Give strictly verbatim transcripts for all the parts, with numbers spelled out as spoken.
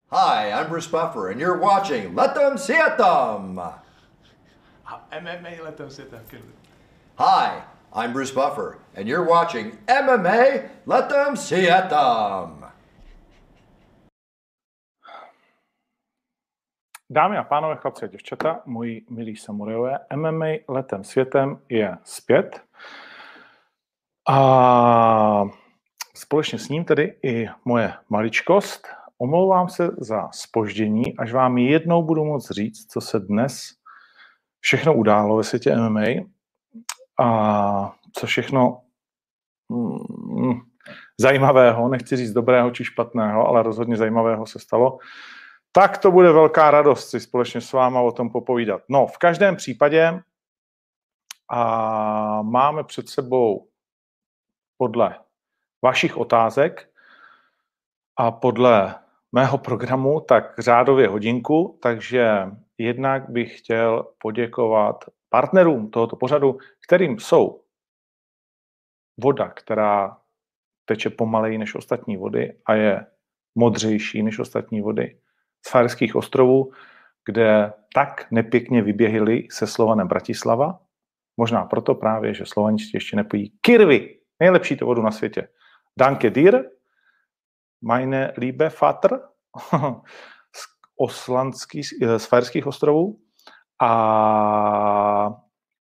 Hi, I'm Bruce Buffer, and you're watching Let Them See It Them! M M A Letem světem, Kirby. Hi, I'm Bruce Buffer, and you're watching M M A Let Them See It Them! Dámy a pánové, chlapci a děvčata, moji milí samurajové, M M A Letem světem je zpět. A společně s ním tedy i moje maličkost. Omlouvám se za zpoždění, až vám jednou budu moct říct, co se dnes všechno událo ve světě M M A a co všechno mm, zajímavého, nechci říct dobrého či špatného, ale rozhodně zajímavého se stalo. Tak to bude velká radost si společně s váma o tom popovídat. No, v každém případě a máme před sebou podle vašich otázek a podle mého programu tak řádově hodinku, takže jednak bych chtěl poděkovat partnerům tohoto pořadu, kterým jsou voda, která teče pomaleji než ostatní vody a je modřejší než ostatní vody z Faerských ostrovů, kde tak nepěkně vyběhli se Slovanem Bratislava. Možná proto právě, že Slovaničtí ještě nepojí kirvy, nejlepší to vodu na světě. Danke dir, meine liebe Vater, z oslandských, z Faerských ostrovů. A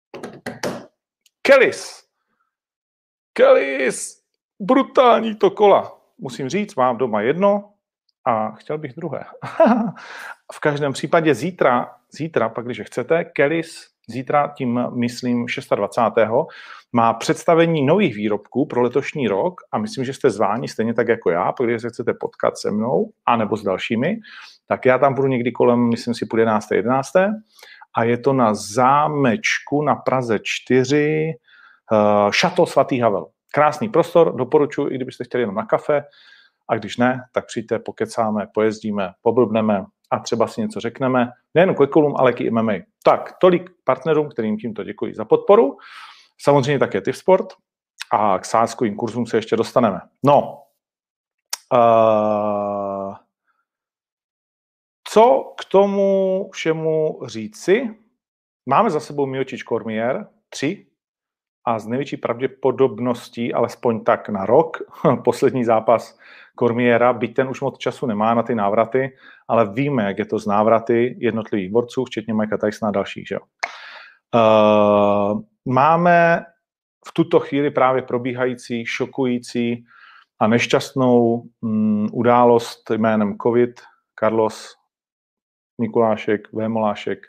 Kellys. Kellys. Brutální to kola. Musím říct, mám doma jedno a chtěl bych druhé. V každém případě zítra, zítra, pak když chcete, Kellys, zítra tím myslím dvacátého šestého má představení nových výrobků pro letošní rok a myslím, že jste zváni stejně tak jako já, pokud se chcete potkat se mnou anebo s dalšími, tak já tam budu někdy kolem, myslím si, půl jedenácté, jedenácté a je to na zámečku na Praze čtyři, uh, Šato Svatý Havel. Krásný prostor, doporučuji, i kdybyste chtěli jenom na kafe, a když ne, tak přijďte, pokecáme, pojezdíme, poblbneme a třeba si něco řekneme, nejen k kolům, ale i M M A. Tak, tolik partnerům, kterým tímto děkuji za podporu. Samozřejmě také Tipsport a k sázkovým kurzům se ještě dostaneme. No, uh, co k tomu všemu říci? Máme za sebou Miocic Cormier tři a z největší pravděpodobností, alespoň tak na rok, poslední zápas Cormiera, byť ten už moc času nemá na ty návraty, ale víme, jak je to z návraty jednotlivých borců, včetně Mikea Tysona a dalších. Že? Uh, máme v tuto chvíli právě probíhající, šokující a nešťastnou um, událost jménem COVID, Carlos Mikulášek, Vémolášek.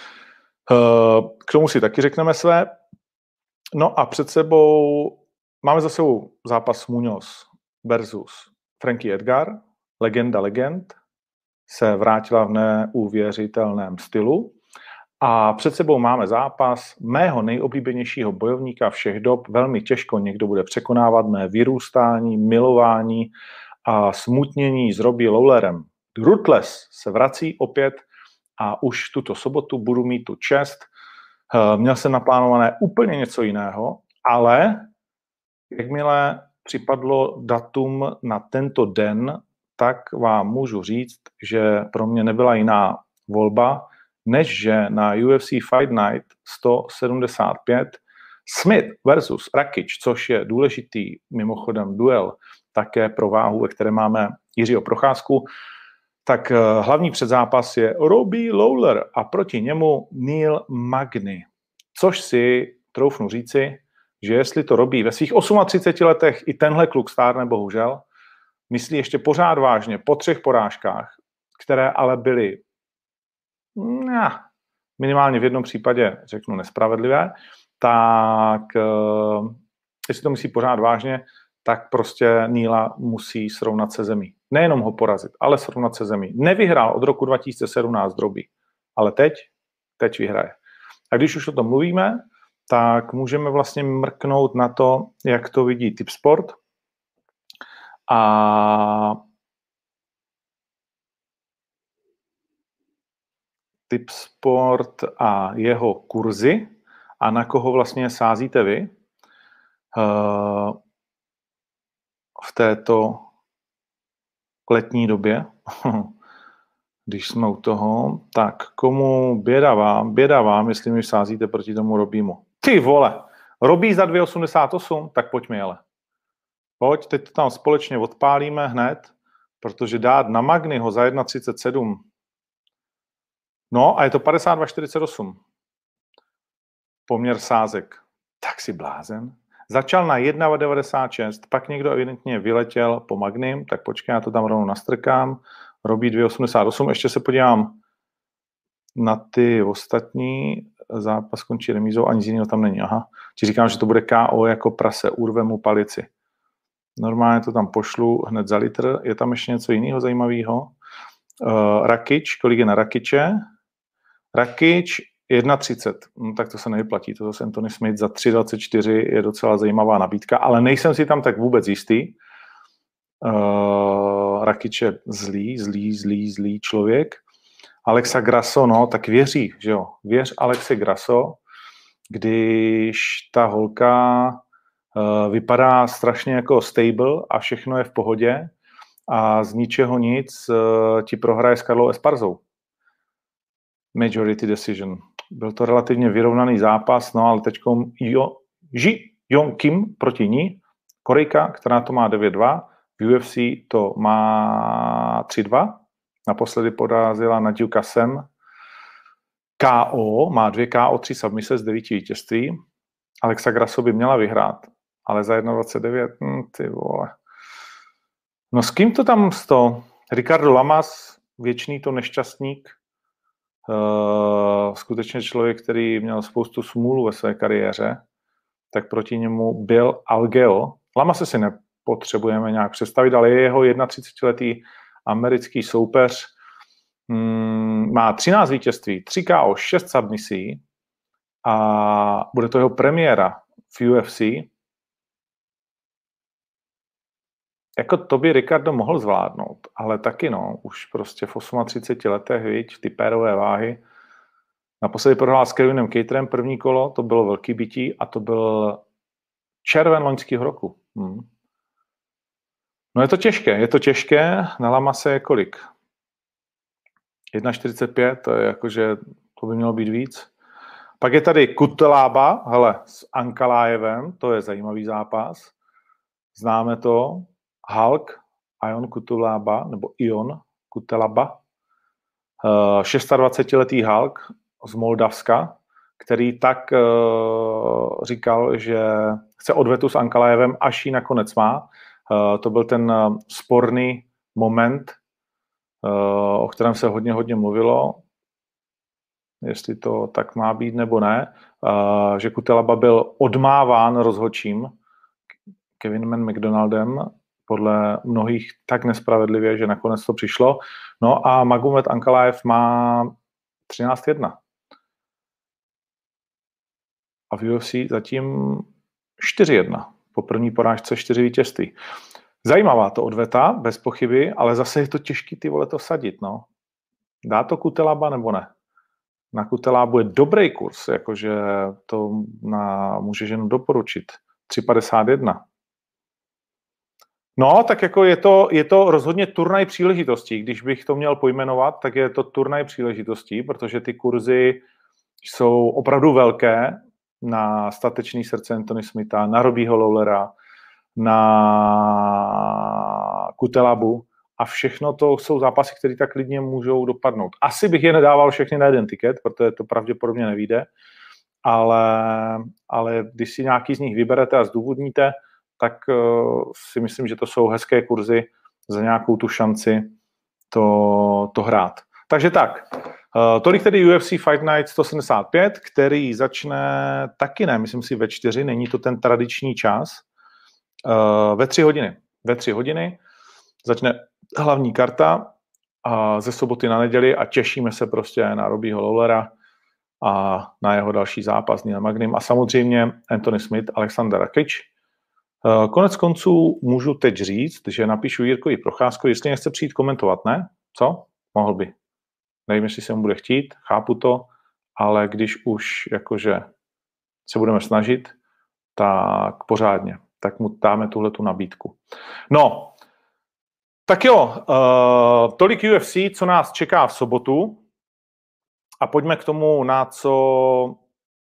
Uh, k tomu si taky řekneme své. No a před sebou máme za sebou zápas Muñoz versus Frankie Edgar. Legenda legend se vrátila v neuvěřitelném stylu. A před sebou máme zápas mého nejoblíbenějšího bojovníka všech dob. Velmi těžko někdo bude překonávat mé vyrůstání, milování a smutnění s Robbie Lawlerem. Ruthless se vrací opět a už tuto sobotu budu mít tu čest. Měl jsem naplánované úplně něco jiného, ale jakmile připadlo datum na tento den, tak vám můžu říct, že pro mě nebyla jiná volba, než že na U F C Fight Night sto sedmdesát pět Smith versus Rakic, což je důležitý mimochodem duel také pro váhu, ve které máme Jiřího Procházku, tak hlavní předzápas je Robbie Lawler a proti němu Neil Magny. Což si troufnu říci, že jestli to Robbie ve svých třiceti osmi letech i tenhle kluk stárne, bohužel, myslí ještě pořád vážně po třech porážkách, které ale byly ja, minimálně v jednom případě, řeknu, nespravedlivé, tak jestli to myslí pořád vážně, tak prostě Neila musí srovnat se zemí. Nejenom ho porazit, ale srovnat se zemí. Nevyhrál od roku dva tisíce sedmnáct Robbie, ale teď, teď vyhraje. A když už o tom mluvíme, tak můžeme vlastně mrknout na to, jak to vidí Tipsport. A Tipsport a jeho kurzy a na koho vlastně sázíte vy v této letní době. když jsme u toho, tak komu běda vám, běda vám, jestli mi sázíte proti tomu Robímu. Ty vole, Robí za dvě osmdesát osm, tak pojďme jele. Pojď, teď to tam společně odpálíme hned, protože dát na Magnyho za jedna třicet sedm, no a je to padesát dva čtyřicet osm. Poměr sázek. Tak si blázen. Začal na jedna devadesát šest, pak někdo evidentně vyletěl po Magnym, tak počkej, já to tam rovnou nastrkám. Robí dvě osmdesát osm, ještě se podívám na ty ostatní. Zápas skončí remízou, ani z jiného tam není. Aha. Ti říkám, že to bude K O jako prase, urve mu palici. Normálně to tam pošlu hned za litr. Je tam ještě něco jiného zajímavého? Uh, Rakič, kolik je na Rakiče? Rakič jedna třicet, no, tak to se nevyplatí. To zase Anthony Smith za tři dvacet čtyři je docela zajímavá nabídka, ale nejsem si tam tak vůbec jistý. Uh, Rakič je zlý, zlý, zlý, zlý člověk. Alexa Grasso, no, tak věří, že jo. Věř Alexe Grasso, když ta holka uh, vypadá strašně jako stable a všechno je v pohodě a z ničeho nic uh, ti prohraje s Carlou Esparzou. Majority decision. Byl to relativně vyrovnaný zápas, no ale teďkom jo, Ji Jong Kim proti ní, Korejka, která to má devět dva, v U F C to má tři dva, naposledy porazila Nadiu Kasem, K O, má dvě K O, tři submise z devíti vítězství, Alexa Grasso by měla vyhrát, ale za jedna dvacet devět, hm, ty vole. No s kým to tam sto? Ricardo Lamas, věčný to nešťastník, Uh, skutečně člověk, který měl spoustu smůlu ve své kariéře, tak proti němu byl Algeo. Lama se si nepotřebujeme nějak představit, ale je jeho třicetiletý americký soupeř. Hmm, má třináct vítězství, tři K O, šest submisí a bude to jeho premiéra v U F C. Jako to by Ricardo mohl zvládnout, ale taky no, už prostě v třiceti osmi letech, viď, ty pérové váhy. Naposledy prohrál s Kevinem Caterem první kolo, to bylo velký bití a to byl červen loňského roku. Hmm. No je to těžké, je to těžké, na Lamase je kolik? jedna čtyřicet pět, to je jakože, to by mělo být víc. Pak je tady Kutelába, hele, s Ankalájevem, to je zajímavý zápas. Známe to. Hulk, Ion Kutelába, nebo Ion Kutelába, uh, dvacetišestiletý Hulk z Moldavska, který tak uh, říkal, že chce odvetu s Ankalaevem, až ji nakonec má. Uh, to byl ten uh, sporný moment, uh, o kterém se hodně, hodně mluvilo, jestli to tak má být nebo ne, uh, že Kutelába byl odmáván rozhodčím Kevinem McDonaldem, podle mnohých tak nespravedlivě, že nakonec to přišlo. No a Magomed Ankalaev má třináct jedna. A v U F C zatím čtyři jedna. Po první porážce čtyři vítězství. Zajímavá to odveta, bez pochyby, ale zase je to těžký ty vole to sadit, no. Dá to Kutelába nebo ne? Na Kutelábu je dobrý kurz, jakože to na, můžeš jenom doporučit. tři padesát jedna. No, tak jako je to, je to rozhodně turnaj příležitostí. Když bych to měl pojmenovat, tak je to turnaj příležitostí, protože ty kurzy jsou opravdu velké na statečný srdce Anthony Smitha, na Robbieho Lawlera, na Kutelábu a všechno to jsou zápasy, které tak klidně můžou dopadnout. Asi bych je nedával všechny na jeden tiket, protože to pravděpodobně nevyjde, ale, ale když si nějaký z nich vyberete a zdůvodníte, tak uh, si myslím, že to jsou hezké kurzy za nějakou tu šanci to, to hrát. Takže tak, uh, tolik tedy U F C Fight Night sto sedmdesát pět, který začne taky ne, myslím si ve čtyři, není to ten tradiční čas, uh, ve tři hodiny. Ve tři hodiny začne hlavní karta a ze soboty na neděli a těšíme se prostě na Robbieho Lawlera a na jeho další zápas na Magnym a samozřejmě Anthony Smith, Alexander Rakic. Konec konců můžu teď říct, že napíšu Jirkovi Procházkovi, jestli nechce přijít komentovat, ne? Co? Mohl by. Nevím, jestli se mu bude chtít, chápu to, ale když už jakože se budeme snažit, tak pořádně. Tak mu dáme tuhletu nabídku. No, Tak jo, uh, tolik U F C, co nás čeká v sobotu. A pojďme k tomu, na co...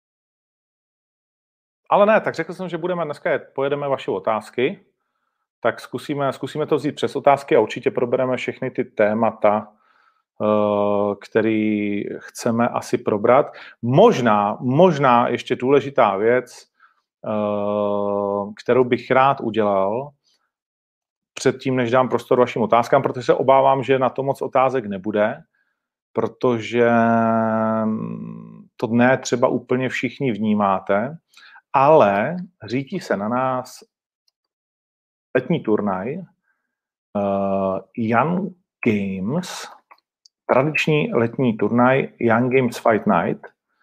Ale ne, tak řekl jsem, že budeme dneska, jet, pojedeme vaše otázky. Tak zkusíme, zkusíme to vzít přes otázky a určitě probereme všechny ty témata, uh, který chceme asi probrat. Možná, možná ještě důležitá věc, uh, kterou bych rád udělal, předtím, než dám prostor vašim otázkám, protože se obávám, že na to moc otázek nebude, protože to ne třeba úplně všichni vnímáte, ale řítí se na nás letní turnaj uh, Young Games, tradiční letní turnaj Young Games Fight Night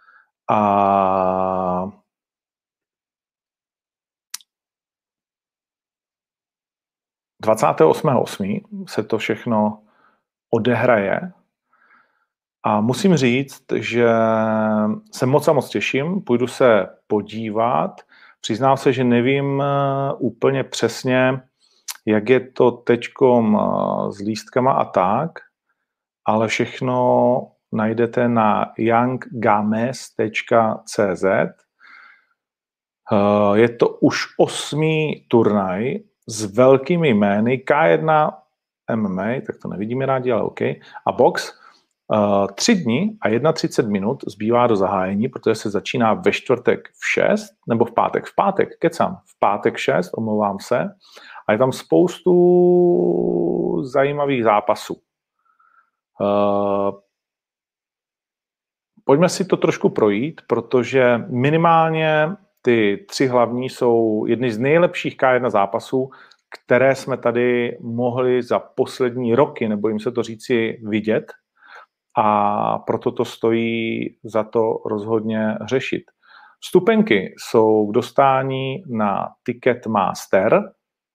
a dvacátého osmého osmého se to všechno odehraje a musím říct, že se moc a moc těším, půjdu se podívat, přiznám se, že nevím úplně přesně, jak je to teďkom s lístkama a tak, ale všechno najdete na young games tečka cé zet. Je to už osmý turnaj s velkými jmény, K jedna M M A, tak to nevidíme rádi, ale OK, a box. Uh, tři dny a třicet jedna minut zbývá do zahájení, protože se začíná ve čtvrtek v šest, nebo v pátek, v pátek, kecám, v pátek šest, omlouvám se, a je tam spoustu zajímavých zápasů. Uh, pojďme si to trošku projít, protože minimálně ty tři hlavní jsou jedny z nejlepších K jedna zápasů, které jsme tady mohli za poslední roky, nebo jim se to říci, vidět. A proto to stojí za to rozhodně řešit. Vstupenky jsou k dostání na Ticketmaster.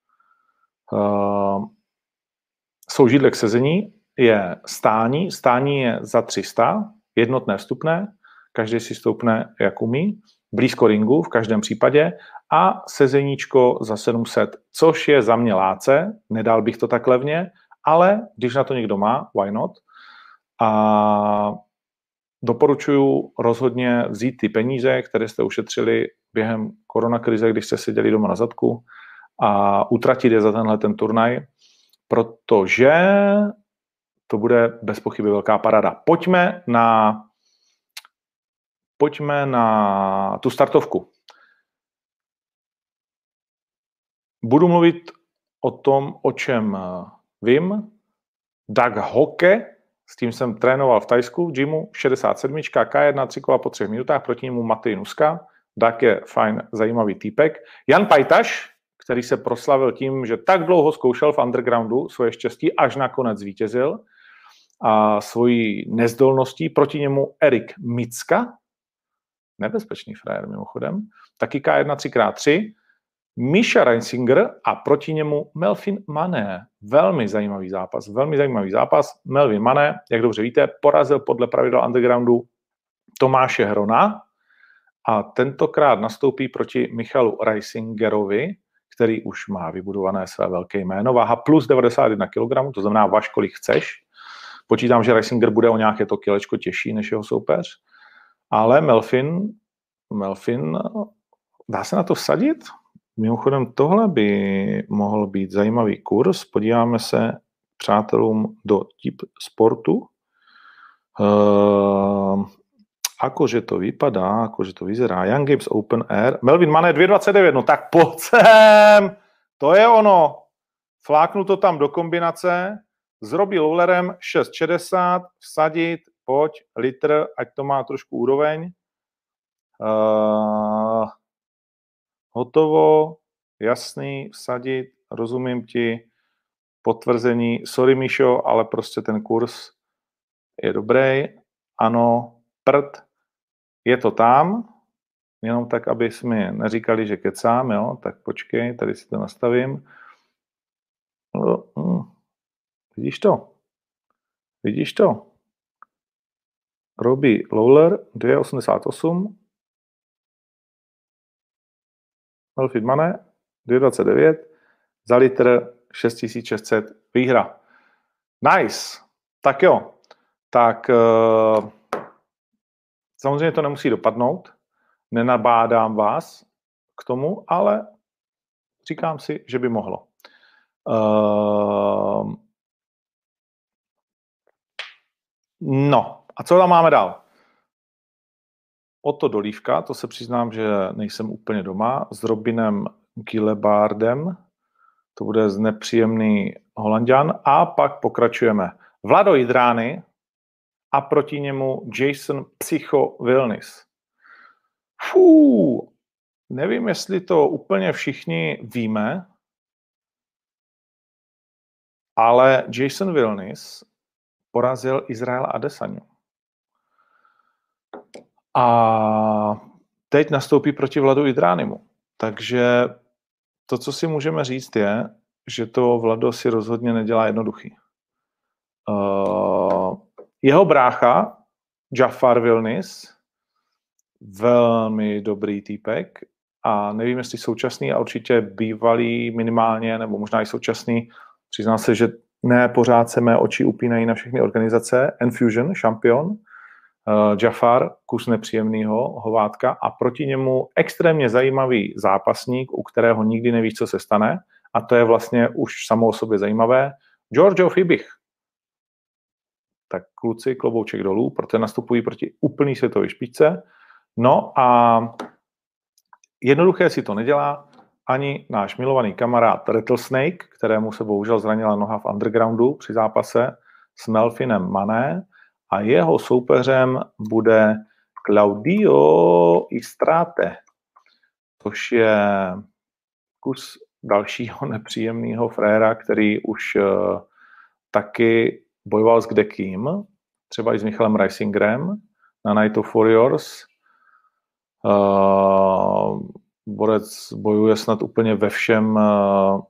Uh, jsou židle k sezení, je stání. Stání je za tři sta, jednotné vstupné, každý si stoupne, jak umí, blízko ringu v každém případě a sezeníčko za sedm set, což je za mě láce, nedal bych to tak levně, ale když na to někdo má, why not? A doporučuji rozhodně vzít ty peníze, které jste ušetřili během koronakrize, když jste seděli doma na zadku a utratit je za tenhle ten turnaj, protože to bude bez pochyby velká paráda. Pojďme na, pojďme na tu startovku. Budu mluvit o tom, o čem vím. Doug Hoke, s tím jsem trénoval v Thajsku, v gymu, šedesát sedm, K jedna, tři kola po třech minutách, proti němu Matej Nuska. Doug je fajn, zajímavý týpek. Jan Pajtaš, který se proslavil tím, že tak dlouho zkoušel v undergroundu svoje štěstí, až nakonec zvítězil. A svojí nezdolností proti němu Erik Micka, nebezpečný frajer mimochodem, taky K jedna tři krát tři, Misha Reinsinger a proti němu Melvin Mané. Velmi zajímavý zápas, velmi zajímavý zápas. Melvin Mané, jak dobře víte, porazil podle pravidel undergroundu Tomáše Hrona a tentokrát nastoupí proti Michalu Reinsingerovi, který už má vybudované své velké jméno. Váha plus devadesát jedna kilogramů, to znamená váž, kolik chceš. Počítám, že Reinsinger bude o nějaké to kilečko těžší než jeho soupeř. Ale Melvin, Melvin, dá se na to vsadit? Mimochodem, tohle by mohl být zajímavý kurz. Podíváme se přátelům do Tip Sportu. Uh, akože to vypadá, akože to vyzerá. Young Games Open Air. Melvin Mané dvě dvacet devět, no tak pojď sem. To je ono. Fláknu to tam do kombinace. Zrobí lowlerem šest šedesát, vsadit, pojď, litr, ať to má trošku úroveň. Uh, Hotovo, jasný, vsadit, rozumím ti, potvrzení, sorry Míšo, ale prostě ten kurz je dobrý, ano, prd, je to tam, jenom tak, aby jsme neříkali, že kecám, jo, tak počkej, tady si to nastavím. No, hm. Vidíš to? Vidíš to? Robí Lawler dvě osmdesát osm, Melvin Mané dvě dvacet devět, za litr šest tisíc šest set výhra. Nice. Tak jo. Tak uh, samozřejmě to nemusí dopadnout. Nenabádám vás k tomu, ale říkám si, že by mohlo. Uh, no, a co tam máme dál? Otto Dolívka, to se přiznám, že nejsem úplně doma, s Robinem Gilebardem, to bude nepříjemný Holanďan, a pak pokračujeme. Vlado Jidrány a proti němu Jason Psycho Wilnis. Fú, nevím, jestli to úplně všichni víme, ale Jason Wilnis porazil Izraela Adesanyu. A teď nastoupí proti Vladu Jidránimu. Takže to, co si můžeme říct, je, že to Vlado si rozhodně nedělá jednoduchý. Uh, jeho brácha, Jafar Wilnis, velmi dobrý týpek a nevím, jestli současný a určitě bývalý minimálně, nebo možná i současný. Přiznám se, že ne pořád se mé oči upínají na všechny organizace. Enfusion, šampion, uh, Jafar, kus nepříjemného hovátka a proti němu extrémně zajímavý zápasník, u kterého nikdy nevíš, co se stane, a to je vlastně už samo o sobě zajímavé, Giorgio Fibich. Tak kluci, klobouček dolů, protože nastupují proti úplný světové špičce. No a jednoduché si to nedělá ani náš milovaný kamarád Rattlesnake, kterému se bohužel zranila noha v undergroundu při zápase s Melfinem Mané, a jeho soupeřem bude Claudio Istrate, což je kus dalšího nepříjemného fréra, který už uh, taky bojoval s kdekým, třeba i s Michalem Reisingerem na Night of Warriors. Uh, borec bojuje snad úplně ve všem, uh,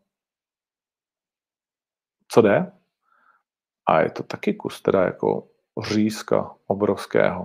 co jde. A je to taky kus teda jako řízka obrovského.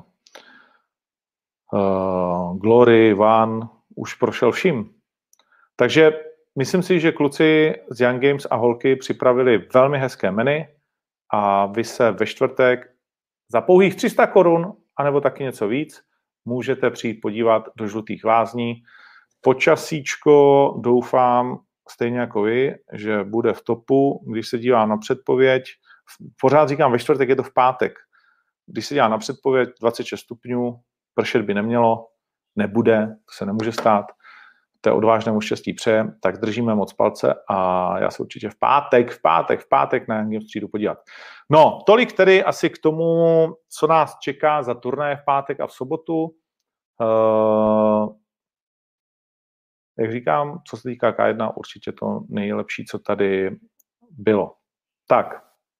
Uh, Glory, Van už prošel vším. Takže myslím si, že kluci z Young Games a holky připravili velmi hezké menu a vy se ve čtvrtek za pouhých tři sta korun, anebo taky něco víc, můžete přijít podívat do Žlutých lázní. Počasíčko doufám, stejně jako vy, že bude v topu. Když se dívám na předpověď, pořád říkám ve čtvrtek, je to v pátek. Když se dívám na předpověď dvacet šest stupňů, pršet by nemělo, nebude, to se nemůže stát. To je odvážnému štěstí přeje, tak držíme moc palce a já se určitě v pátek, v pátek, v pátek na Young Games přijdu podívat. No, tolik tedy asi k tomu, co nás čeká za turnaje v pátek a v sobotu. Uh, jak říkám, co se týká K jedna, určitě to nejlepší, co tady bylo. Tak,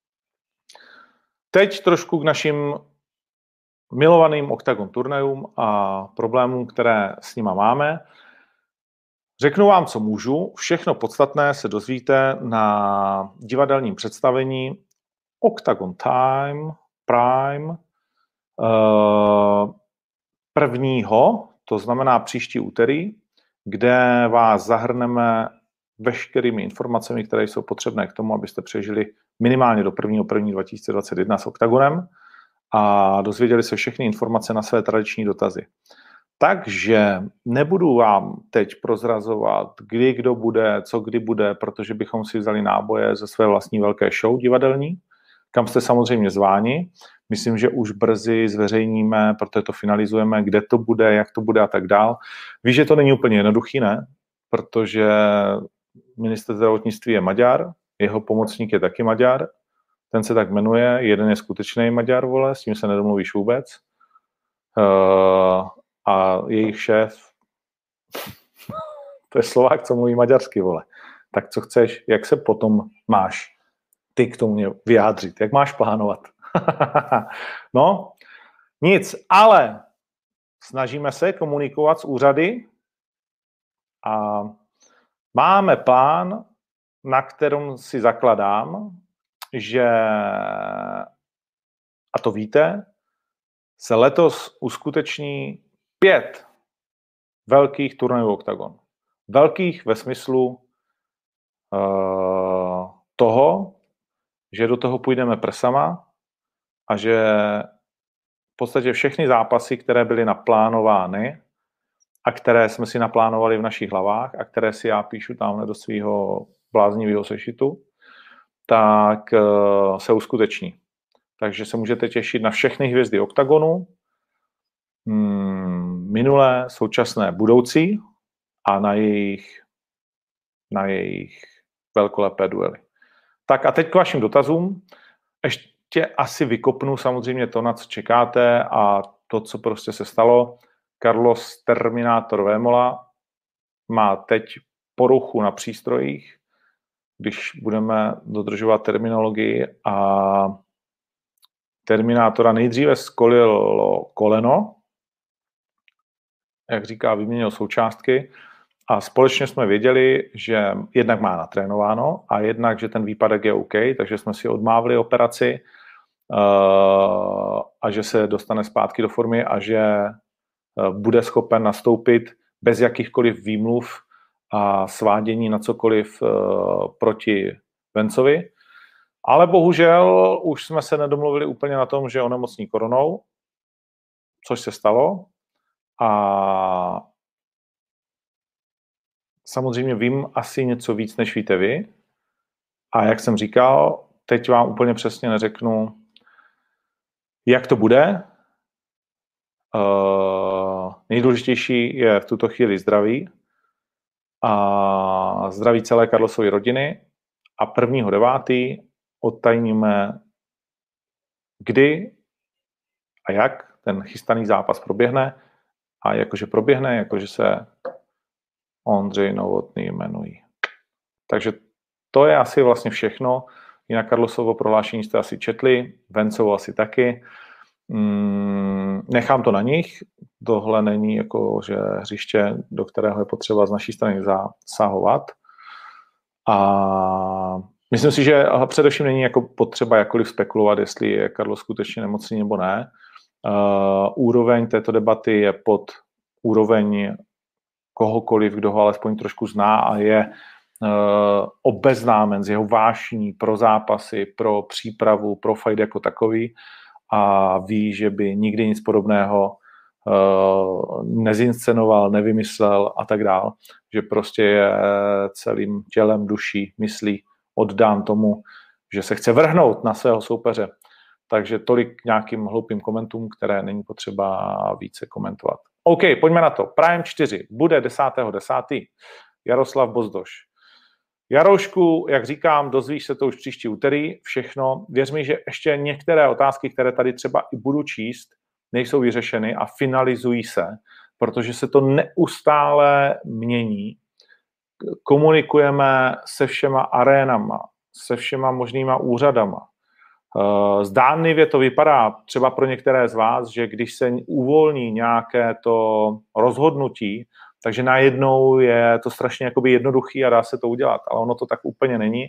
teď trošku k našim milovaným Octagon turnajům a problémům, které s nima máme. Řeknu vám, co můžu. Všechno podstatné se dozvíte na divadelním představení Octagon Time Prime prvního, to znamená příští úterý, kde vás zahrneme veškerými informacemi, které jsou potřebné k tomu, abyste přežili minimálně do prvního prvního dva tisíce dvacet jedna s Octagonem a dozvěděli se všechny informace na své tradiční dotazy. Takže nebudu vám teď prozrazovat, kdy kdo bude, co kdy bude, protože bychom si vzali náboje ze své vlastní velké show divadelní, kam jste samozřejmě zváni. Myslím, že už brzy zveřejníme, protože to finalizujeme, kde to bude, jak to bude a tak dál. Víš, že to není úplně jednoduchý, ne? Protože ministr zdravotnictví je Maďar, jeho pomocník je taky Maďar, ten se tak jmenuje, jeden je skutečný Maďar, vole, s tím se nedomluvíš vůbec. Uh, a jejich šéf, to je Slovák, co mluví maďarsky, vole. Tak co chceš, jak se potom máš ty k tomu vyjádřit, jak máš plánovat? No, nic, ale snažíme se komunikovat s úřady a máme plán, na kterém si zakladám, že, a to víte, se letos uskuteční pět velkých turnajů Octagon. Velkých ve smyslu uh, toho, že do toho půjdeme prsama a že v podstatě všechny zápasy, které byly naplánovány a které jsme si naplánovali v našich hlavách a které si já píšu tamhle do svého bláznivého sešitu, tak se uskuteční. Takže se můžete těšit na všechny hvězdy oktagonu, minulé, současné, budoucí a na jejich, na jejich velkolepé duely. Tak a teď k vašim dotazům. Ještě asi vykopnu samozřejmě to, na co čekáte a to, co prostě se stalo. Carlos Terminator Vémola má teď poruchu na přístrojích, když budeme dodržovat terminologii, a Terminátora nejdříve skolilo koleno, jak říká, vyměnil součástky a společně jsme věděli, že jednak má natrénováno a jednak, že ten výpadek je OK, takže jsme si odmávli operaci uh, a že se dostane zpátky do formy a že uh, bude schopen nastoupit bez jakýchkoliv výmluv a svádění na cokoliv uh, proti Vencovi. Ale bohužel už jsme se nedomluvili úplně na tom, že onemocní koronou, což se stalo. A samozřejmě vím asi něco víc, než víte vy. A jak jsem říkal, teď vám úplně přesně neřeknu, jak to bude. Uh, nejdůležitější je v tuto chvíli zdraví a zdraví celé Carlosovy rodiny. A prvního devátý odtajníme, kdy a jak ten chystaný zápas proběhne. A jakože proběhne, jakože se Ondřej Novotný jmenují. Takže to je asi vlastně všechno. Jinak Carlosovo prohlášení jste asi četli, Vencovo asi taky. Mm, nechám to na nich. Tohle není jako, že hřiště, do kterého je potřeba z naší strany zasahovat. A myslím si, že především není jako potřeba jakkoliv spekulovat, jestli je Carlos skutečně nemocný nebo ne. Uh, úroveň této debaty je pod úroveň kohokoliv, kdo ho alespoň trošku zná a je uh, obeznámen s jeho vášní pro zápasy, pro přípravu, pro fight jako takový a ví, že by nikdy nic podobného uh, nezinscenoval, nevymyslel a tak dál, že prostě je celým tělem, duší, myslí oddán tomu, že se chce vrhnout na svého soupeře. Takže tolik k nějakým hloupým komentům, které není potřeba více komentovat. OK, pojďme na to. Prime čtyři bude desátého desátého Jaroslav Bozdoš. Jaroušku, jak říkám, dozvíš se to už příští úterý, všechno. Věř mi, že ještě některé otázky, které tady třeba i budu číst, nejsou vyřešeny a finalizují se, protože se to neustále mění. Komunikujeme se všema arénama, se všema možnýma úřadama. Zdánlivě to vypadá třeba pro některé z vás, že když se uvolní nějaké to rozhodnutí, takže najednou je to strašně jakoby jednoduchý a dá se to udělat, ale ono to tak úplně není.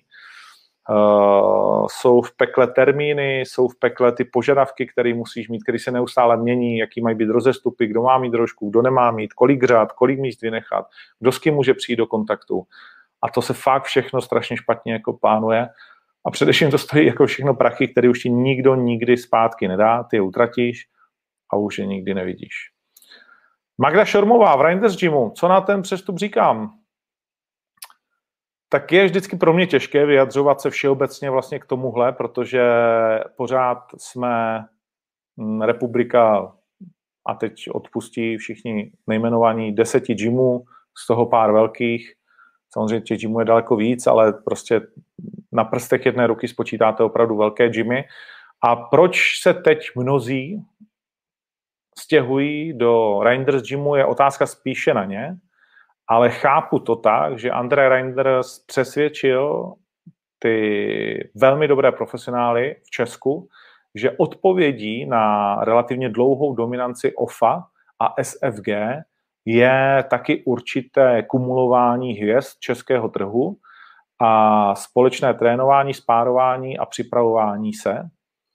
Uh, jsou v pekle termíny, jsou v pekle ty požadavky, které musíš mít, které se neustále mění, jaký mají být rozestupy, kdo má mít drožku, kdo nemá mít, kolik řád, kolik míst vynechat, kdo s kým může přijít do kontaktu. A to se fakt všechno strašně špatně jako plánuje. A především to stojí jako všechno prachy, které už ti nikdo nikdy zpátky nedá, ty je utratíš a už je nikdy nevidíš. Magda Šormová v Reinders Gymu, co na ten přestup říkám? Tak je vždycky pro mě těžké vyjadřovat se všeobecně vlastně k tomuhle, protože pořád jsme republika, a teď odpustí všichni nejmenovaní deseti gymů, z toho pár velkých. Samozřejmě těch gymů je daleko víc, ale prostě na prstech jedné ruky spočítáte opravdu velké gymy. A proč se teď mnozí stěhují do Reinders Gymu, je otázka spíše na ně, ale chápu to tak, že Andrej Reinders přesvědčil ty velmi dobré profesionály v Česku, že odpovědí na relativně dlouhou dominanci O F A a S F G je taky určité kumulování hvězd českého trhu a společné trénování, spárování a připravování se.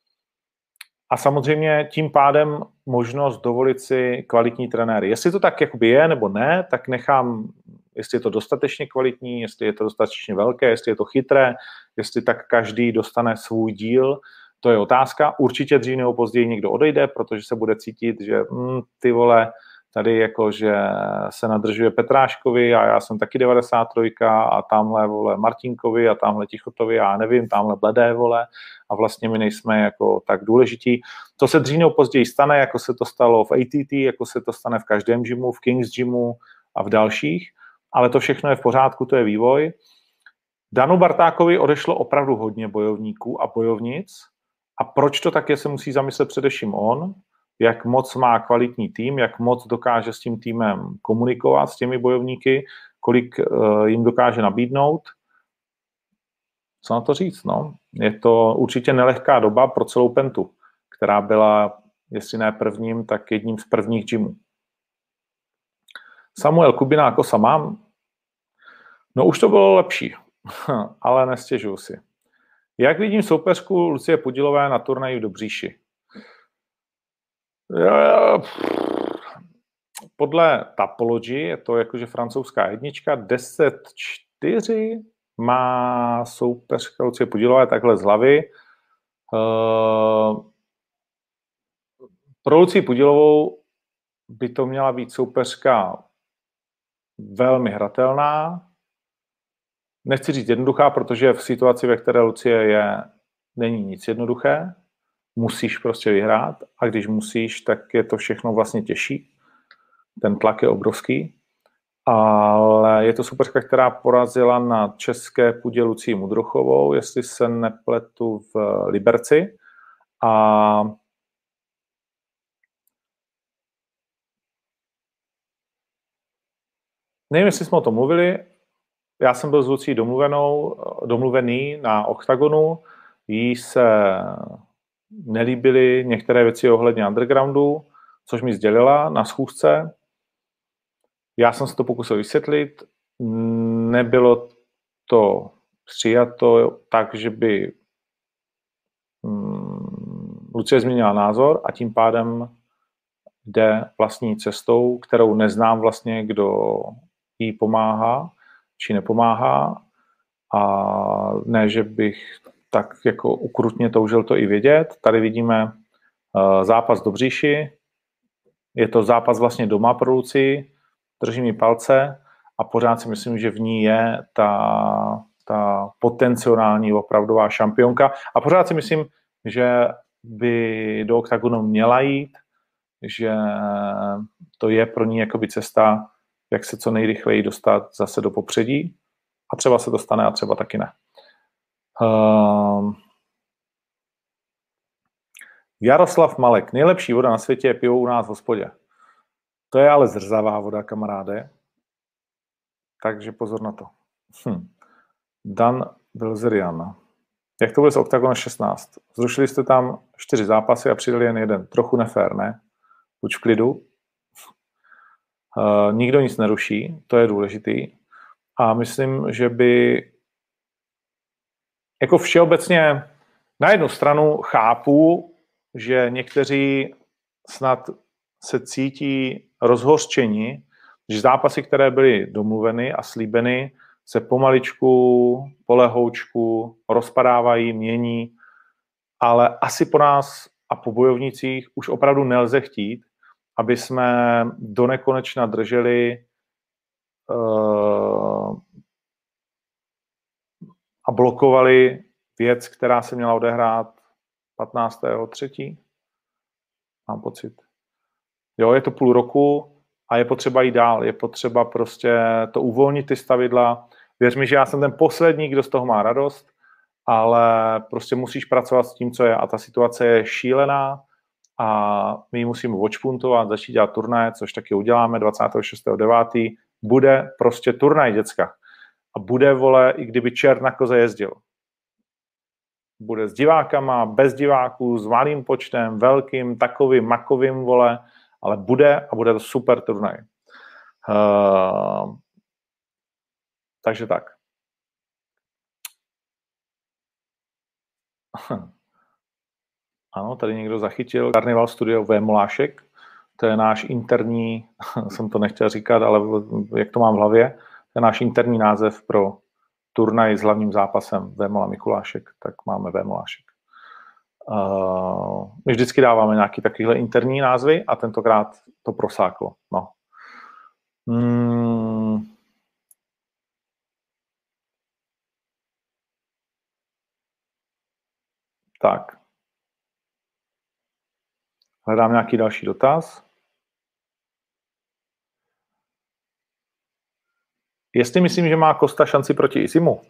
A samozřejmě tím pádem možnost dovolit si kvalitní trenéry. Jestli to tak jakoby je nebo ne, tak nechám, jestli je to dostatečně kvalitní, jestli je to dostatečně velké, jestli je to chytré, jestli tak každý dostane svůj díl, to je otázka. Určitě dřív nebo později někdo odejde, protože se bude cítit, že hm, ty vole, tady jako, že se nadržuje Petráškovi a já jsem taky devadesát tři a tamhle vole Martinkovi a tamhle Tichotovi, já nevím, tamhle Bledé vole a vlastně my nejsme jako tak důležití. To se dřív nebo později stane, jako se to stalo v A T T, jako se to stane v každém gymu, v Kings gymu a v dalších, ale to všechno je v pořádku, to je vývoj. Danu Bartákovi odešlo opravdu hodně bojovníků a bojovnic a proč to tak je, se musí zamyslet především on, jak moc má kvalitní tým, jak moc dokáže s tím týmem komunikovat, s těmi bojovníky, kolik uh, jim dokáže nabídnout. Co na to říct? No? Je to určitě nelehká doba pro celou Pentu, která byla, jestli ne prvním, tak jedním z prvních gymů. Samuel Kubina Kosa mám? No už to bylo lepší, ale nestěžuju si. Jak vidím soupeřku Lucie Pudilové na turnaji v Dobříši? Podle Tapology je to jakože francouzská jednička, deset čtyři má soupeřka Lucie Pudilové takhle z hlavy. Pro Lucii Pudilovou by to měla být soupeřka velmi hratelná. Nechci říct jednoduchá, protože v situaci, ve které Lucie je, není nic jednoduché. Musíš prostě vyhrát a když musíš, tak je to všechno vlastně těžší. Ten tlak je obrovský. Ale je to soupeřka, která porazila na české půdě Lucii Mudrochovou, jestli se nepletu v Liberci. A nevím, jestli jsme o tom mluvili. Já jsem byl s Lucí domluvenou, domluvený na Oktagonu. Jí se nelíbily některé věci ohledně undergroundu, což mi sdělila na schůzce. Já jsem se to pokusil vysvětlit. Nebylo to přijato tak, že by Lucie změnila názor a tím pádem jde vlastní cestou, kterou neznám vlastně, kdo jí pomáhá či nepomáhá. A ne, že bych tak jako ukrutně toužil to i vědět. Tady vidíme uh, zápas do Bříši. Je to zápas vlastně doma pro Lucii. Drží mi palce a pořád si myslím, že v ní je ta, ta potenciální opravdová šampionka. A pořád si myslím, že by do Oktagonu měla jít, že to je pro ní jakoby cesta, jak se co nejrychleji dostat zase do popředí. A třeba se to stane a třeba taky ne. Uh, Jaroslav Malek. Nejlepší voda na světě je pivo u nás v hospodě. To je ale zrzavá voda, kamaráde. Takže pozor na to. Hm. Dan Bilzerian. Jak to bude z Oktagonu šestnáct? Zrušili jste tam čtyři zápasy a přidali jen jeden. Trochu nefér, ne? Buď v klidu. Uh, nikdo nic neruší, to je důležitý. A myslím, že by jako všeobecně na jednu stranu chápu, že někteří snad se cítí rozhořčeni, že zápasy, které byly domluveny a slíbeny, se pomaličku, polehoučku rozpadávají, mění, ale asi po nás a po bojovnicích už opravdu nelze chtít, aby jsme do nekonečna drželi uh, a blokovali věc, která se měla odehrát patnáctého třetího Mám pocit. Jo, je to půl roku a je potřeba jít dál. Je potřeba prostě to uvolnit, ty stavidla. Věř mi, že já jsem ten poslední, kdo z toho má radost, ale prostě musíš pracovat s tím, co je. A ta situace je šílená a my ji musíme odšpuntovat, začít dělat turnaje, což taky uděláme dvacátého šestého devátého Bude prostě turnaj, děcka. A bude, vole, i kdyby čert na koze jezdil. Bude s divákama, bez diváků, s malým počtem, velkým, takovým, makovým, vole, ale bude a bude to super turnaj. Uh, takže tak. Ano, tady někdo zachytil Carnival Studio Vémolášek. To je náš interní, jsem to nechtěl říkat, ale jak to mám v hlavě, to je náš interní název pro turnaj s hlavním zápasem Vémola Mikulášek, tak máme Vémolášek. Uh, my vždycky dáváme nějaké takovéhle interní názvy a tentokrát to prosáklo. No. Hmm. Tak. Hledám nějaký další dotaz. Jestli myslím, že má Costa šanci proti Isimu,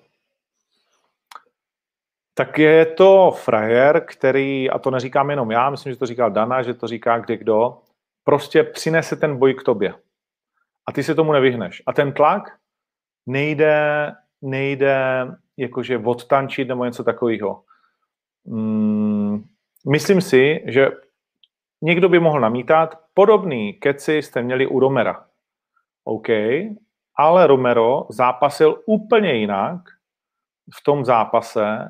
tak je to frajer, který, a to neříkám jenom já, myslím, že to říkal Dana, že to říká kde kdo, prostě přinese ten boj k tobě. A ty se tomu nevyhneš. A ten tlak nejde, nejde jakože odtančit nebo něco takového. Hmm, myslím si, že někdo by mohl namítat, podobný keci jste měli u Romera. OK, ale Romero zápasil úplně jinak v tom zápase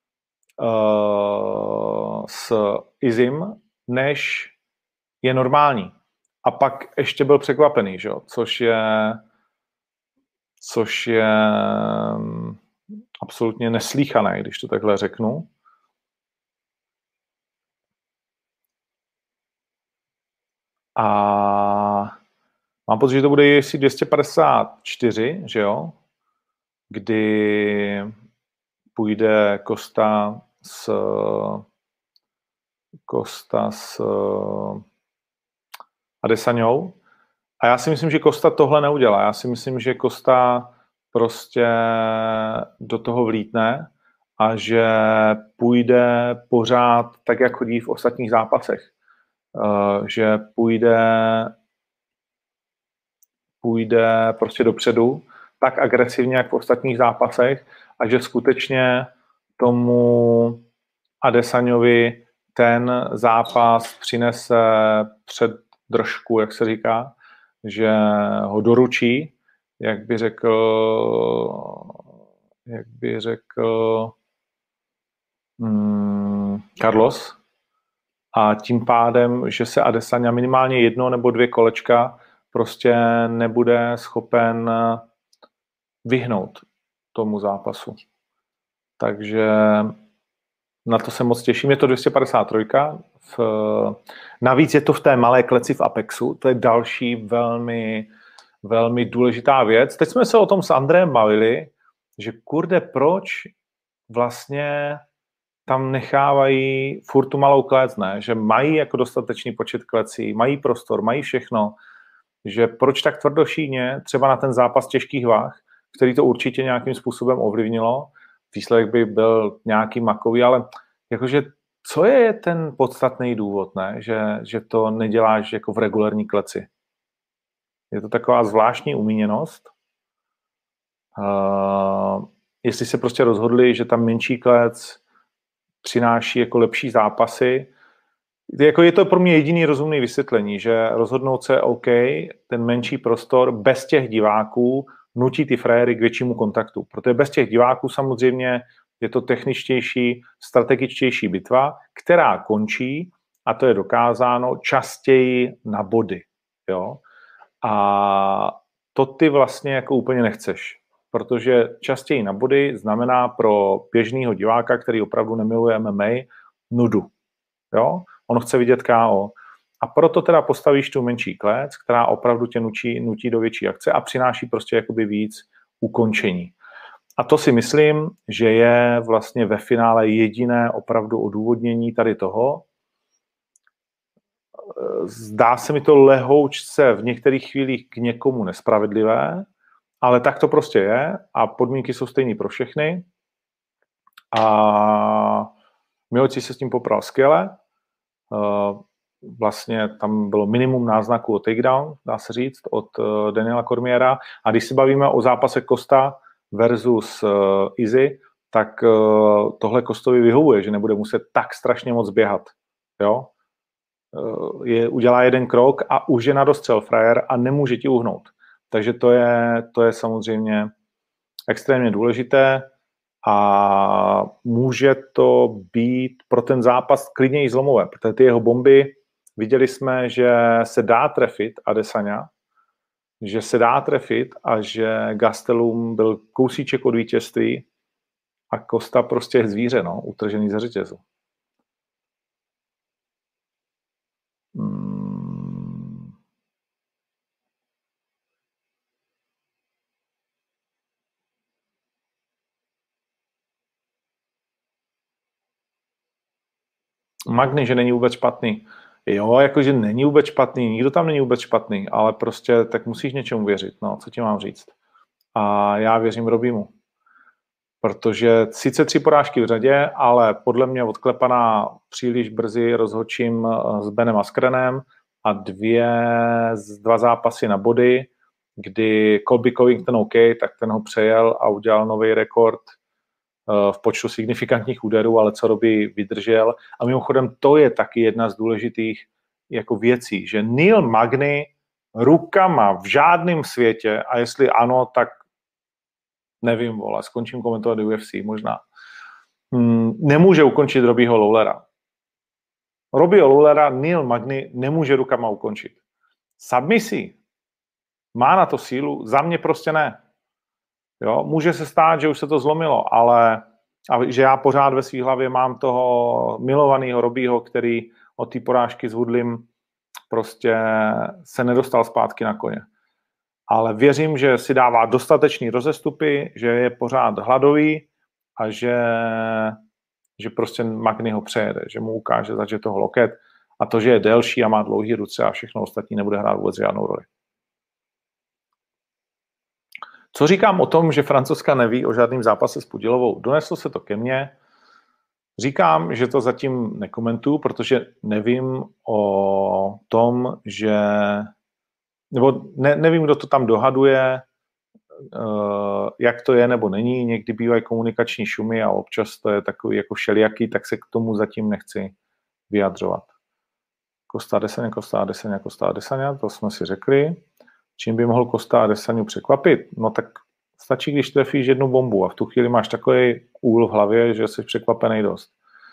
uh, s Izim, než je normální. A pak ještě byl překvapený, že jo? Což je což je absolutně neslýchané, když to takhle řeknu. A mám pocit, že to bude jestli dvě stě padesát čtyři, že jo? Kdy půjde Costa s Costa s Adesaňou. A já si myslím, že Costa tohle neudělá. Já si myslím, že Costa prostě do toho vlítne a že půjde pořád tak, jak chodí v ostatních zápasech. Uh, že půjde půjde prostě dopředu tak agresivně, jak v ostatních zápasech a že skutečně tomu Adesaňovi ten zápas přinese před držku, jak se říká, že ho doručí, jak by řekl jak by řekl hmm, Carlos, a tím pádem, že se Adesanya minimálně jedno nebo dvě kolečka prostě nebude schopen vyhnout tomu zápasu. Takže na to se moc těším. Je to dvě stě padesát tři. V, navíc je to v té malé kleci v Apexu. To je další velmi, velmi důležitá věc. Teď jsme se o tom s Andrejem bavili, že kurde, proč vlastně tam nechávají furt tu malou klec, ne? Že mají jako dostatečný počet klecí, mají prostor, mají všechno, že proč tak tvrdošíně třeba na ten zápas těžkých váh, který to určitě nějakým způsobem ovlivnilo, výsledek by byl nějaký makový, ale jakože co je ten podstatný důvod, ne? Že, že to neděláš jako v regulární kleci? Je to taková zvláštní umíněnost. Uh, jestli se prostě rozhodli, že tam menší klec přináší jako lepší zápasy. Jako je to pro mě jediný rozumný vysvětlení, že rozhodnout se OK, ten menší prostor bez těch diváků nutí ty frajery k většímu kontaktu. Protože bez těch diváků samozřejmě je to techničtější, strategičtější bitva, která končí, a to je dokázáno, častěji na body. Jo? A to ty vlastně jako úplně nechceš. Protože častěji na body znamená pro běžného diváka, který opravdu nemiluje M M A, nudu. Jo? On chce vidět K O. A proto teda postavíš tu menší klec, která opravdu tě nutí, nutí do větší akce a přináší prostě jakoby víc ukončení. A to si myslím, že je vlastně ve finále jediné opravdu odůvodnění tady toho. Zdá se mi to lehoučce v některých chvílích k někomu nespravedlivé, ale tak to prostě je a podmínky jsou stejné pro všechny. A Miocic se s tím popral skvěle. Vlastně tam bylo minimum náznaků o takedown, dá se říct, od Daniela Cormiera. A když se bavíme o zápase Costa versus Izzy, tak tohle Costovi vyhovuje, že nebude muset tak strašně moc běhat. Jo? Je, udělá jeden krok a už je na dostřel frajer a nemůže ti uhnout. Takže to je, to je samozřejmě extrémně důležité a může to být pro ten zápas klidně i zlomové, protože ty jeho bomby, viděli jsme, že se dá trefit Adesanya že se dá trefit a že Gastelum byl kousíček od vítězství a Costa prostě je zvíře, no, utržený ze řetězu. Hmm. Magny, že není vůbec špatný. Jo, jakože není vůbec špatný, nikdo tam není vůbec špatný, ale prostě tak musíš něčemu věřit, no, co ti mám říct. A já věřím Robbímu. Protože sice tři porážky v řadě, ale podle mě odklepaná příliš brzy rozhodčím s Benem Askrenem a dvě, dva zápasy na body, kdy Colby Covington OK, tak ten ho přejel a udělal nový rekord v počtu signifikantních úderů, ale co Robbie vydržel. A mimochodem to je taky jedna z důležitých jako věcí, že Neil Magny rukama v žádném světě, a jestli ano, tak nevím, vole, skončím komentovat U F C, možná, hmm, nemůže ukončit Robbieho Lawlera. Robbieho Lawlera Neil Magny nemůže rukama ukončit. Submisí má na to sílu, za mě prostě ne. Jo, může se stát, že už se to zlomilo, ale a že já pořád ve svý hlavě mám toho milovaného Robbieho, který od té porážky s Woodleym prostě se nedostal zpátky na koně. Ale věřím, že si dává dostatečný rozestupy, že je pořád hladový a že, že prostě Magny ho přejede, že mu ukáže zač toho loket a to, že je delší a má dlouhý ruce a všechno ostatní nebude hrát vůbec žádnou roli. Co říkám o tom, že Francouzska neví o žádném zápase s Pudilovou? Doneslo se to ke mně. Říkám, že to zatím nekomentuju, protože nevím o tom, že... Nebo ne, nevím, kdo to tam dohaduje, jak to je nebo není. Někdy bývají komunikační šumy a občas to je takový jako všelijaký, tak se k tomu zatím nechci vyjadřovat. Costa Adesanya, Costa Adesanya, Costa Adesanya, to jsme si řekli. Čím by mohl Costa Adesanyu překvapit? No tak stačí, když trefíš jednu bombu a v tu chvíli máš takový úl v hlavě, že jsi překvapený dost.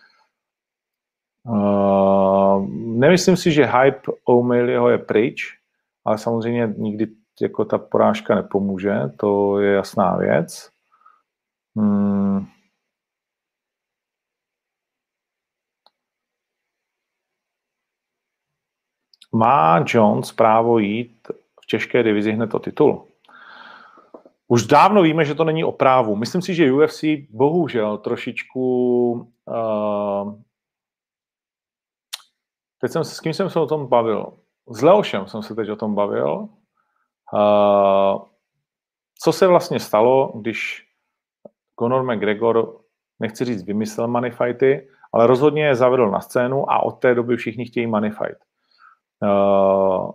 Uh, nemyslím si, že hype O'Malleyho je pryč, ale samozřejmě nikdy jako ta porážka nepomůže, to je jasná věc. Hmm. Má Jones právo jít v těžké divizi hned o titul? Už dávno víme, že to není o právu. Myslím si, že U F C bohužel trošičku... Uh, teď jsem se, s kým jsem se o tom bavil? S Leošem jsem se teď o tom bavil. Uh, co se vlastně stalo, když Conor McGregor, nechci říct vymyslel money fighty, ale rozhodně je zavedl na scénu a od té doby všichni chtějí money fight. Uh,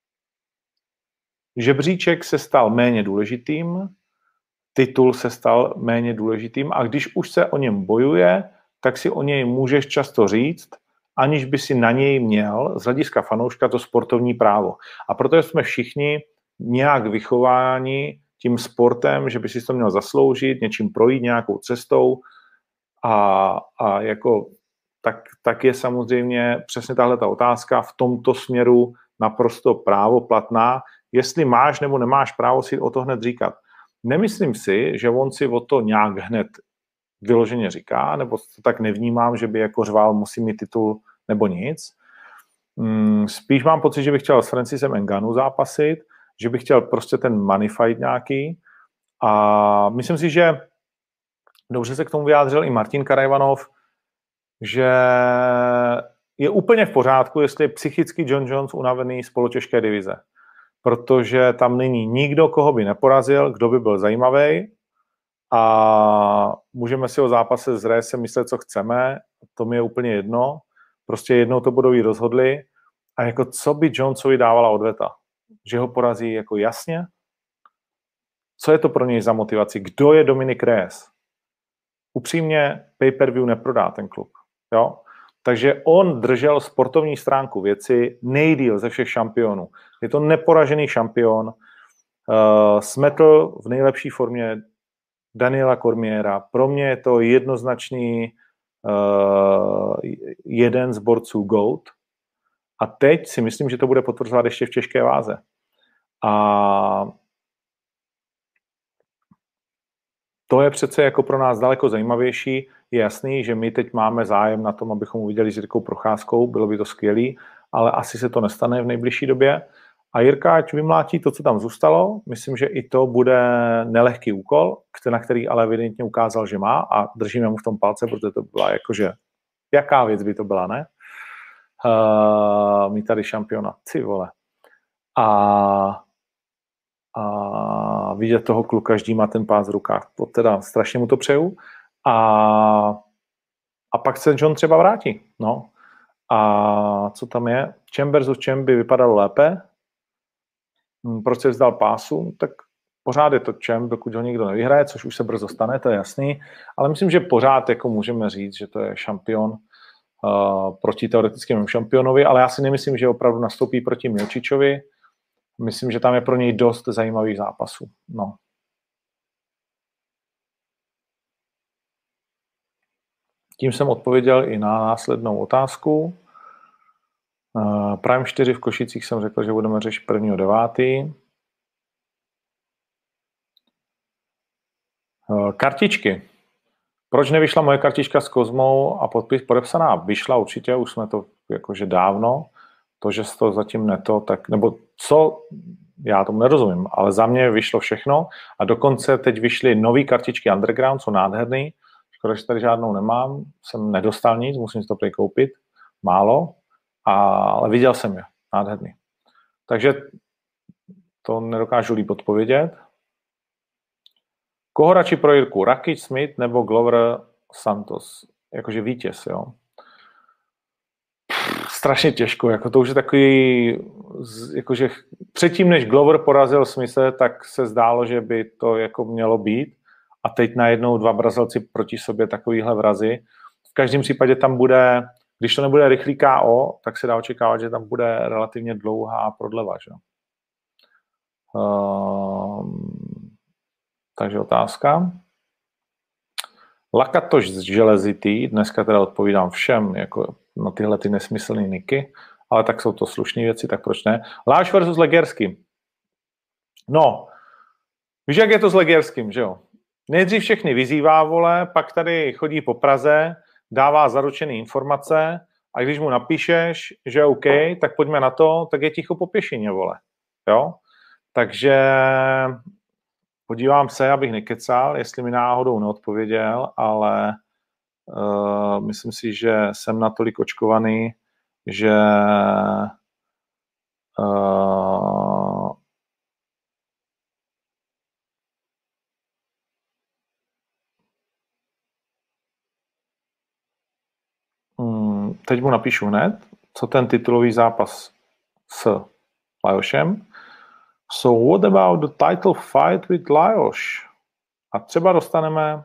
žebříček se stal méně důležitým, titul se stal méně důležitým a když už se o něm bojuje, tak si o něj můžeš často říct, aniž by si na něj měl z hlediska fanouška to sportovní právo. A proto jsme všichni nějak vychováni tím sportem, že by si to měl zasloužit, něčím projít, nějakou cestou a, a jako tak, tak je samozřejmě přesně tahle ta otázka v tomto směru naprosto právoplatná. Jestli máš nebo nemáš právo si o to hned říkat. Nemyslím si, že on si o to nějak hned vyloženě říká, nebo to tak nevnímám, že by jako řval, musí mít titul nebo nic. Spíš mám pocit, že bych chtěl s Francisem Ngannouem zápasit, že bych chtěl prostě ten money fight nějaký a myslím si, že dobře se k tomu vyjádřil i Martin Karajvanov, že je úplně v pořádku, jestli je psychicky John Jones unavený z polotěžké divize. Protože tam není nikdo, koho by neporazil, kdo by byl zajímavý a můžeme si o zápase s Reyesem myslet, co chceme, to mi je úplně jedno. Prostě jednou to budou jí rozhodli a jako co by Jonesovi dávala odveta? Že ho porazí jako jasně? Co je to pro něj za motivaci? Kdo je Dominic Reyes? Upřímně pay-per-view neprodá ten klub. Jo? Takže on držel sportovní stránku věci nejdýl ze všech šampionů. Je to neporažený šampion. Uh, smetl v nejlepší formě Daniela Cormiera. Pro mě je to jednoznačný uh, jeden z borců GOAT. A teď si myslím, že to bude potvrzovat ještě v těžké váze. A to je přece jako pro nás daleko zajímavější. Je jasný, že my teď máme zájem na tom, abychom uviděli s Jirkou Procházkou, bylo by to skvělý, ale asi se to nestane v nejbližší době. A Jirka, ať vymlátí to, co tam zůstalo, myslím, že i to bude nelehký úkol, na který ale evidentně ukázal, že má a držíme mu v tom palce, protože to byla jakože, jaká věc by to byla, ne? Uh, mít tady šampiona, ty vole. A, a vidět toho kluka, každý má ten pás v rukách, to teda strašně mu to přeju. A, a pak se John třeba vrátí, no. A co tam je? Čem versus čem by vypadalo lépe? Proč se vzdal pásu? Tak pořád je to čem, dokud ho nikdo nevyhraje, což už se brzo stane, to je jasný. Ale myslím, že pořád jako můžeme říct, že to je šampion uh, proti teoretickému šampionovi, ale já si nemyslím, že opravdu nastoupí proti Miocičovi. Myslím, že tam je pro něj dost zajímavých zápasů. No. Tím jsem odpověděl i na následnou otázku. Uh, Prime čtyři v Košicích jsem řekl, že budeme řešit prvního devátý. Uh, kartičky. Proč nevyšla moje kartička s Kozmou a podpis podepsaná? Vyšla určitě, už jsme to jakože dávno. To, že to zatím neto, tak, nebo co, já tomu nerozumím, ale za mě vyšlo všechno a dokonce teď vyšly nový kartičky Underground, jsou nádherný. Škoda, že tady žádnou nemám, jsem nedostal nic, musím si to překoupit, málo, ale viděl jsem je, nádherný. Takže to nedokážu líp odpovědět. Koho radši pro Jirku, Rakic, Smith nebo Glover, Santos? Jakože vítěz, jo. Strašně těžko, jako to už je takový, jakože předtím, než Glover porazil Smithe, tak se zdálo, že by to jako mělo být a teď najednou dva Brazilci proti sobě takovýhle vrazy. V každém případě tam bude, když to nebude rychlý K O, tak se dá očekávat, že tam bude relativně dlouhá prodleva, že? Um, takže otázka. Lakatoš z železitý, dneska teda odpovídám všem, jako na tyhle ty nesmyslné niky, ale tak jsou to slušné věci, tak proč ne? Láš versus Legerský. No, víš, jak je to s Legerským, že jo? Nejdřív všechny vyzývá, vole, pak tady chodí po Praze, dává zaručené informace a když mu napíšeš, že OK, tak pojďme na to, tak je ticho po pěšině, vole. Jo? Takže podívám se, abych nekecal, jestli mi náhodou neodpověděl, ale Uh, myslím si, že jsem natolik očkovaný, že uh, um, teď mu napíšu hned, co ten titulový zápas s Lajošem. So what about the title fight with Lajoš? A třeba dostaneme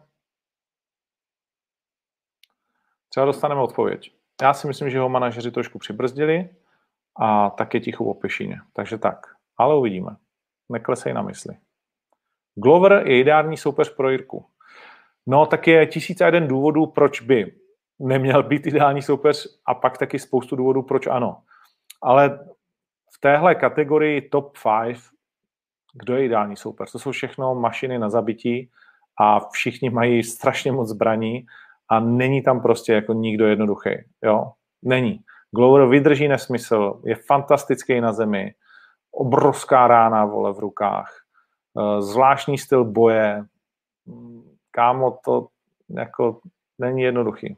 Třeba dostaneme odpověď. Já si myslím, že ho manažeři trošku přibrzdili a tak je ticho o pěšině. Takže tak. Ale uvidíme. Neklesej na mysli. Glover je ideální soupeř pro Jirku. No, tak je tisíc a jeden důvodů, proč by neměl být ideální soupeř a pak taky spoustu důvodů, proč ano. Ale v téhle kategorii top pět, kdo je ideální soupeř? To jsou všechno mašiny na zabití a všichni mají strašně moc zbraní a není tam prostě jako nikdo jednoduchý, jo? Není. Glover vydrží nesmysl, je fantastický na zemi, obrovská rána, vole, v rukách, zvláštní styl boje, kámo, to jako není jednoduchý.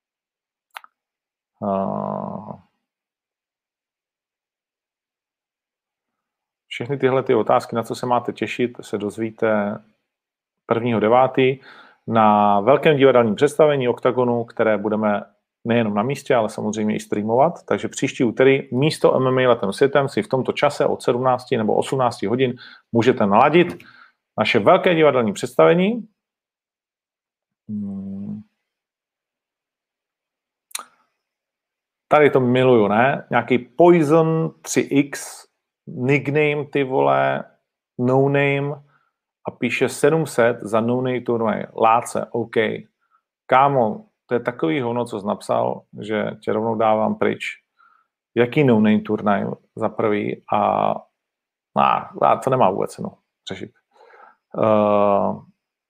Všechny tyhle ty otázky, na co se máte těšit, se dozvíte prvního devátého na velkém divadelním představení Oktagonu, které budeme nejenom na místě, ale samozřejmě i streamovat. Takže příští úterý místo M M A letem světem si v tomto čase od sedmnácti nebo osmnácti hodin můžete naladit naše velké divadelní představení. Tady to miluju, ne? Nějaký Poison tři X, nickname, ty vole, no name, a píše sedm set za no-name turnaj. Láce, OK. Kámo, to je takový hovno, co jsi napsal, že tě rovnou dávám pryč. Jaký no-name turnaj za prvý a A, to nemá vůbec cenu řešit. Uh,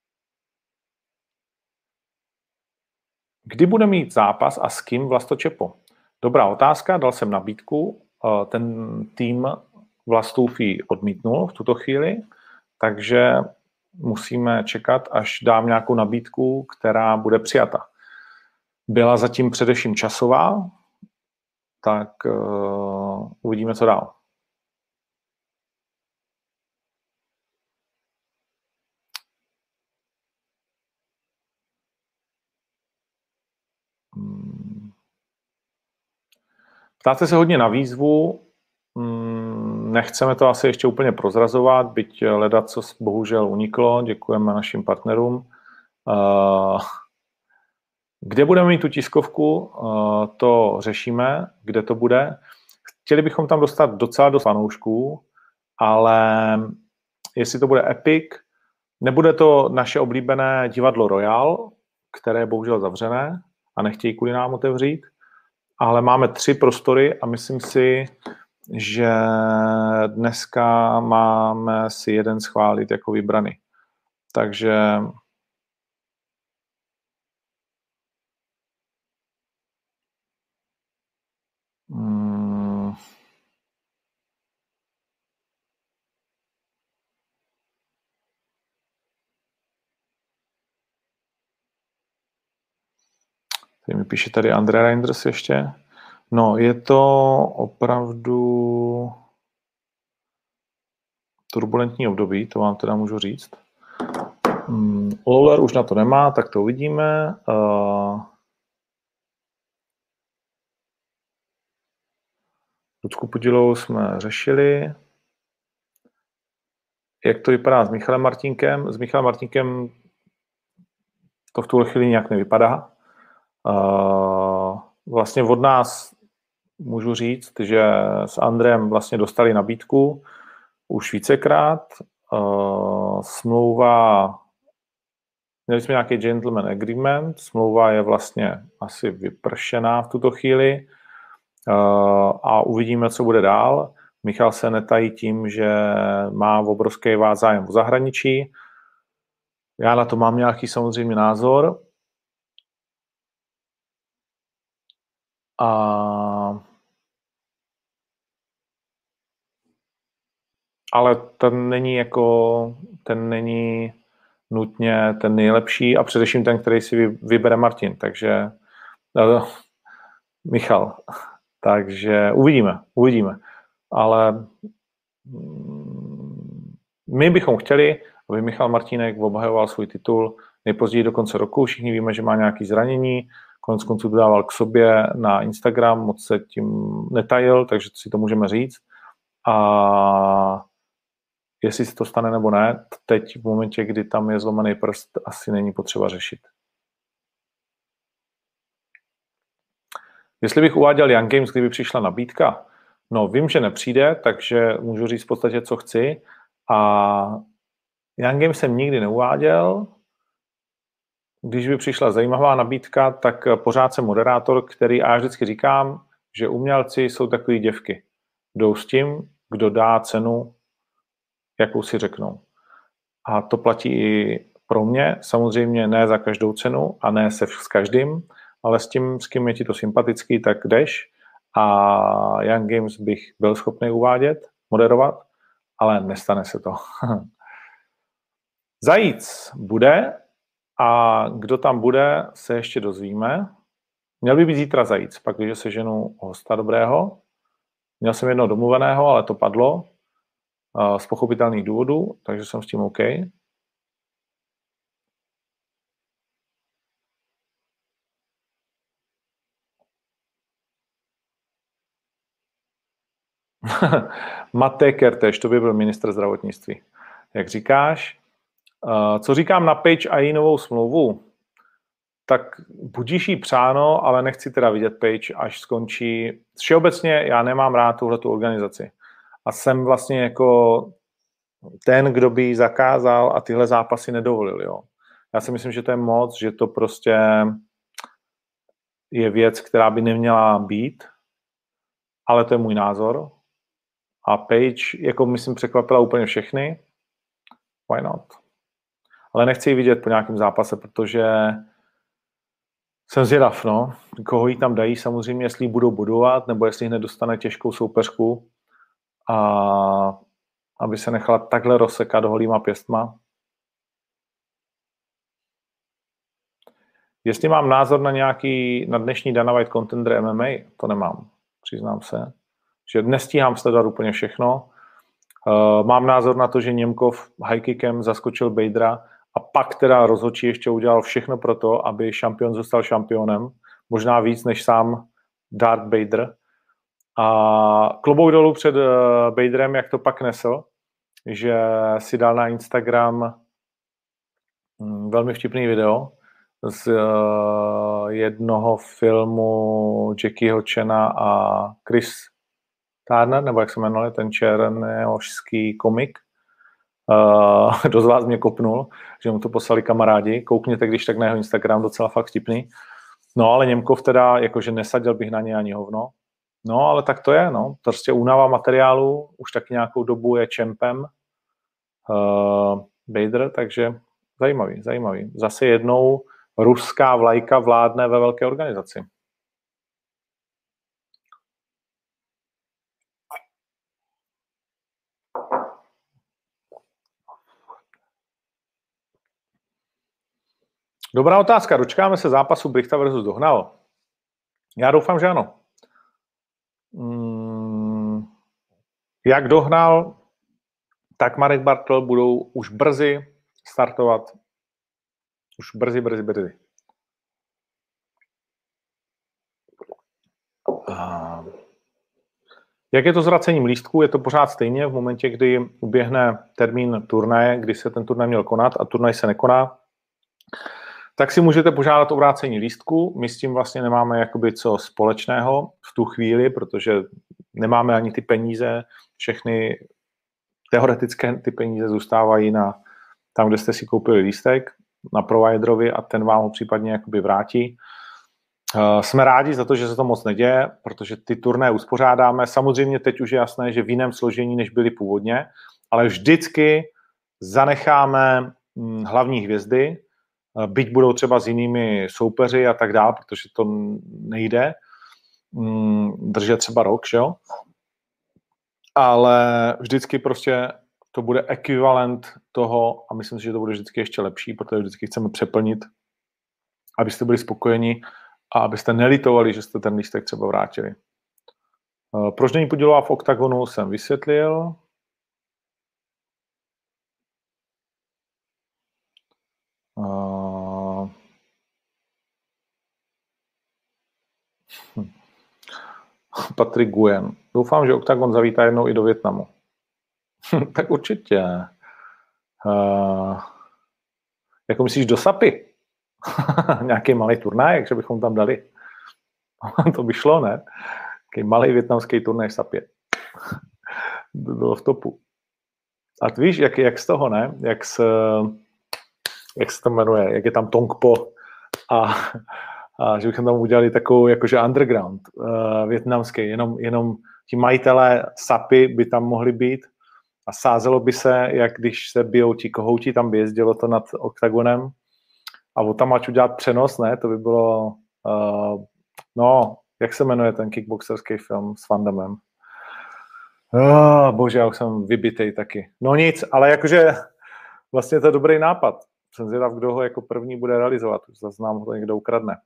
kdy bude mít zápas a s kým Vlasto Čepo? Dobrá otázka, dal jsem nabídku. Uh, ten tým Vlastův ji odmítnul v tuto chvíli, takže musíme čekat, až dám nějakou nabídku, která bude přijata. Byla zatím především časová, tak uh, uvidíme, co dál. Ptáte se hodně na výzvu, nechceme to asi ještě úplně prozrazovat, byť ledat, co bohužel uniklo, děkujeme našim partnerům. Kde budeme mít tu tiskovku, to řešíme, kde to bude. Chtěli bychom tam dostat docela dost fanoušků, ale jestli to bude Epic, nebude to naše oblíbené divadlo Royal, které je bohužel zavřené a nechtějí kvůli nám otevřít, ale máme tři prostory a myslím si, že dneska máme si jeden schválit jako vybraný. Takže hmm, tady mi píše tady Andrea Reinders ještě. No, je to opravdu turbulentní období, to vám teda můžu říct. Hmm, Lawler už na to nemá, tak to uvidíme. Uh, Lucku Pudilou jsme řešili. Jak to vypadá s Michalem Martinkem? S Michalem Martinkem to v tuhle chvíli nějak nevypadá. Uh, vlastně od nás můžu říct, že s Andrem vlastně dostali nabídku už vícekrát. Uh, smlouva, měli jsme nějaký gentleman agreement, smlouva je vlastně asi vypršená v tuto chvíli uh, a uvidíme, co bude dál. Michal se netají tím, že má obrovský zájem v zahraničí. Já na to mám nějaký samozřejmě názor. A ale ten není jako, ten není nutně ten nejlepší a především ten, který si vybere Martin, takže uh, Michal, takže uvidíme, uvidíme, ale my bychom chtěli, aby Michal Martínek obhajoval svůj titul nejpozději do konce roku, všichni víme, že má nějaké zranění, konec konců dodával k sobě na Instagram, moc se tím netajil, takže si to můžeme říct. A jestli se to stane nebo ne, teď v momentě, kdy tam je zlomený prst, asi není potřeba řešit. Jestli bych uváděl Young Games, kdyby přišla nabídka, no vím, že nepřijde, takže můžu říct v podstatě, co chci. A Young Games jsem nikdy neuváděl. Když by přišla zajímavá nabídka, tak pořád jsem moderátor, který, a já vždycky říkám, že umělci jsou takový děvky. Jdou s tím, kdo dá cenu, jakou si řeknou. A to platí i pro mě, samozřejmě ne za každou cenu a ne se s každým, ale s tím, s kým je ti to sympatický, tak jdeš. A Young Games bych byl schopný uvádět, moderovat, ale nestane se to. Zajíc bude a kdo tam bude, se ještě dozvíme. Měl by být zítra Zajíc, pak když se ženu hosta dobrého. Měl jsem jednoho domluveného, ale to padlo z pochopitelných důvodů, takže jsem s tím OK. Mate Kertéš, to by byl ministr zdravotnictví. Jak říkáš, co říkám na Page a její novou smlouvu, tak budíš jí přáno, ale nechci teda vidět Page, až skončí. Všeobecně já nemám rád tuhletu organizaci. A jsem vlastně jako ten, kdo by ji zakázal a tyhle zápasy nedovolil. Jo. Já si myslím, že to je moc, že to prostě je věc, která by neměla být, ale to je můj názor. A Page, jako myslím, překvapila úplně všechny. Why not? Ale nechci ji vidět po nějakém zápase, protože jsem zvědav, no. Koho jí tam dají, samozřejmě, jestli ji budou budovat, nebo jestli hned dostane těžkou soupeřku, a aby se nechala takhle rozsekat holýma pěstma. Jestli mám názor na nějaký, na dnešní Dana White Contender M M A, to nemám, přiznám se. Že nestíhám sledovat úplně všechno. Uh, mám názor na to, že Němkov high kickem zaskočil Badera a pak teda rozhodčí ještě udělal všechno pro to, aby šampion zůstal šampionem. Možná víc než sám Darth Vader. A klobouk dolů před uh, Baderem, jak to pak nesl, že si dal na Instagram um, velmi vtipný video z uh, jednoho filmu Jackieho Chana a Chris Turner, nebo jak se jmenuje, ten černošský komik. Uh, dost vás mě kopnul, že mu to poslali kamarádi. Koukněte, když tak na jeho Instagram, docela fakt vtipný. No, ale Němkov teda, jakože nesadil bych na ně ani hovno. No, ale tak to je, no. Prostě únava materiálu, už taky nějakou dobu je čempem uh, Bader, takže zajímavý, zajímavý. Zase jednou ruská vlajka vládne ve velké organizaci. Dobrá otázka. Dočkáme se zápasu Brichta versus Dohnal? Já doufám, že ano. Hmm, jak Dohnal, tak Marek Bartl budou už brzy startovat. Už brzy, brzy, brzy. Uh, jak je to s vracením lístků? Je to pořád stejně v momentě, kdy uběhne termín turnaje, kdy se ten turnaj měl konat a turnaj se nekoná, tak si můžete požádat o vrácení lístku. My s tím vlastně nemáme jakoby co společného v tu chvíli, protože nemáme ani ty peníze. Všechny teoretické ty peníze zůstávají na tam, kde jste si koupili lístek, na providerovi a ten vám ho případně jakoby vrátí. Uh, jsme rádi za to, že se to moc neděje, protože ty turnaje uspořádáme. Samozřejmě teď už je jasné, že v jiném složení, než byly původně, ale vždycky zanecháme hm, hlavní hvězdy, byť budou třeba s jinými soupeři a tak dále, protože to nejde držet třeba rok, že jo? Ale vždycky prostě to bude ekvivalent toho a myslím si, že to bude vždycky ještě lepší, protože vždycky chceme přeplnit, abyste byli spokojeni a abyste nelitovali, že jste ten lístek třeba vrátili. Proč není podílová v oktagonu, jsem vysvětlil. Uh, hm. Patrik Guyen. Doufám, že Oktagon zavítá jednou i do Vietnamu. Tak určitě. Uh, jako myslíš do Sapy? Nějaký malý turnaj, jakže bychom tam dali. To by šlo, ne? Jaký malý vietnamský turnaj v Sapě. Bylo v topu. A ty víš, jak, jak z toho, ne? Jak z... jak se to jmenuje, jak je tam Tongpo a, a že bychom tam udělali takovou jakože underground uh, vietnamský, jenom, jenom ti majitelé Sapy by tam mohli být a sázelo by se, jak když se bijou ti kohouti, tam by jezdilo to nad oktagonem a o tam ať udělat přenos, ne, to by bylo uh, no, jak se jmenuje ten kickboxerský film s Van Dammem. Oh, bože, já už jsem vybitej taky. No nic, ale jakože vlastně to je dobrý nápad. Jsem zvědav, kdo ho jako první bude realizovat. Už zase nám ho to někdo ukradne.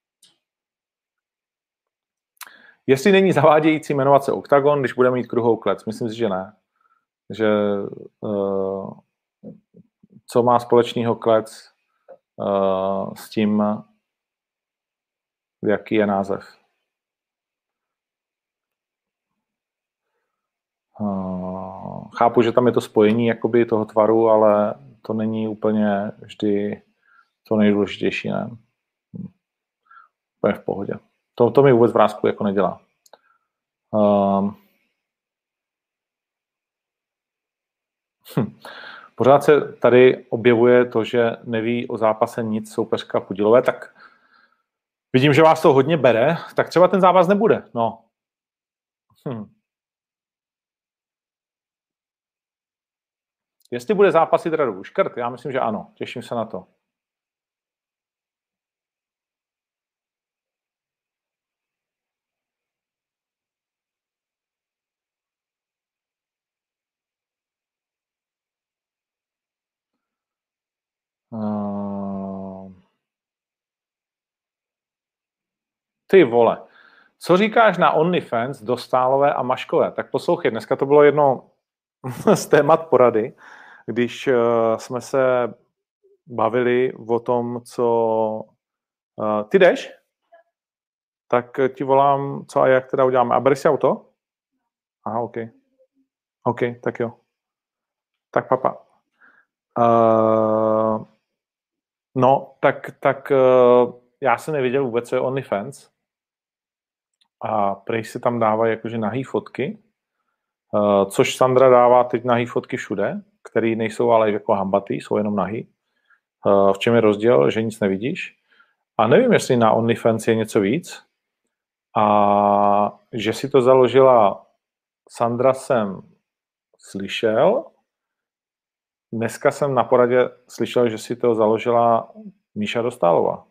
Jestli není zavádějící jmenovat se Oktagon, když bude mít kruhou klec, myslím si, že ne. Že uh, co má společného klec uh, s tím, jaký je název. Uh, chápu, že tam je to spojení jakoby toho tvaru, ale to není úplně vždy to nejdůležitější, ne? Úplně v pohodě. To, to mi vůbec vrásku jako nedělá. Um, hm. Pořád se tady objevuje to, že neví o zápase nic soupeřka Pudilové, tak vidím, že vás to hodně bere, tak třeba ten zápas nebude. No. Hm. Jestli bude zápasit Radu škrt, já myslím, že ano. Těším se na to. Uh... Ty vole. Co říkáš na OnlyFans, Dostálové a Maškové? Tak poslouchej, dneska to bylo jedno z témat porady, když uh, jsme se bavili o tom, co... Uh, ty jdeš? Tak ti volám, co a jak teda uděláme. A bereš si auto? Aha, OK. OK, tak jo. Tak papa. Uh, no, tak, tak uh, já jsem nevěděl vůbec, co je OnlyFans. A prej se tam dávají jakože nahý fotky, uh, což Sandra dává teď nahý fotky všude, které nejsou ale jako hambatý, jsou jenom nahý. Uh, v čem je rozdíl, že nic nevidíš. A nevím, jestli na OnlyFans je něco víc. A že si to založila Sandra, jsem slyšel. Dneska jsem na poradě slyšel, že si to založila Míša Dostálová.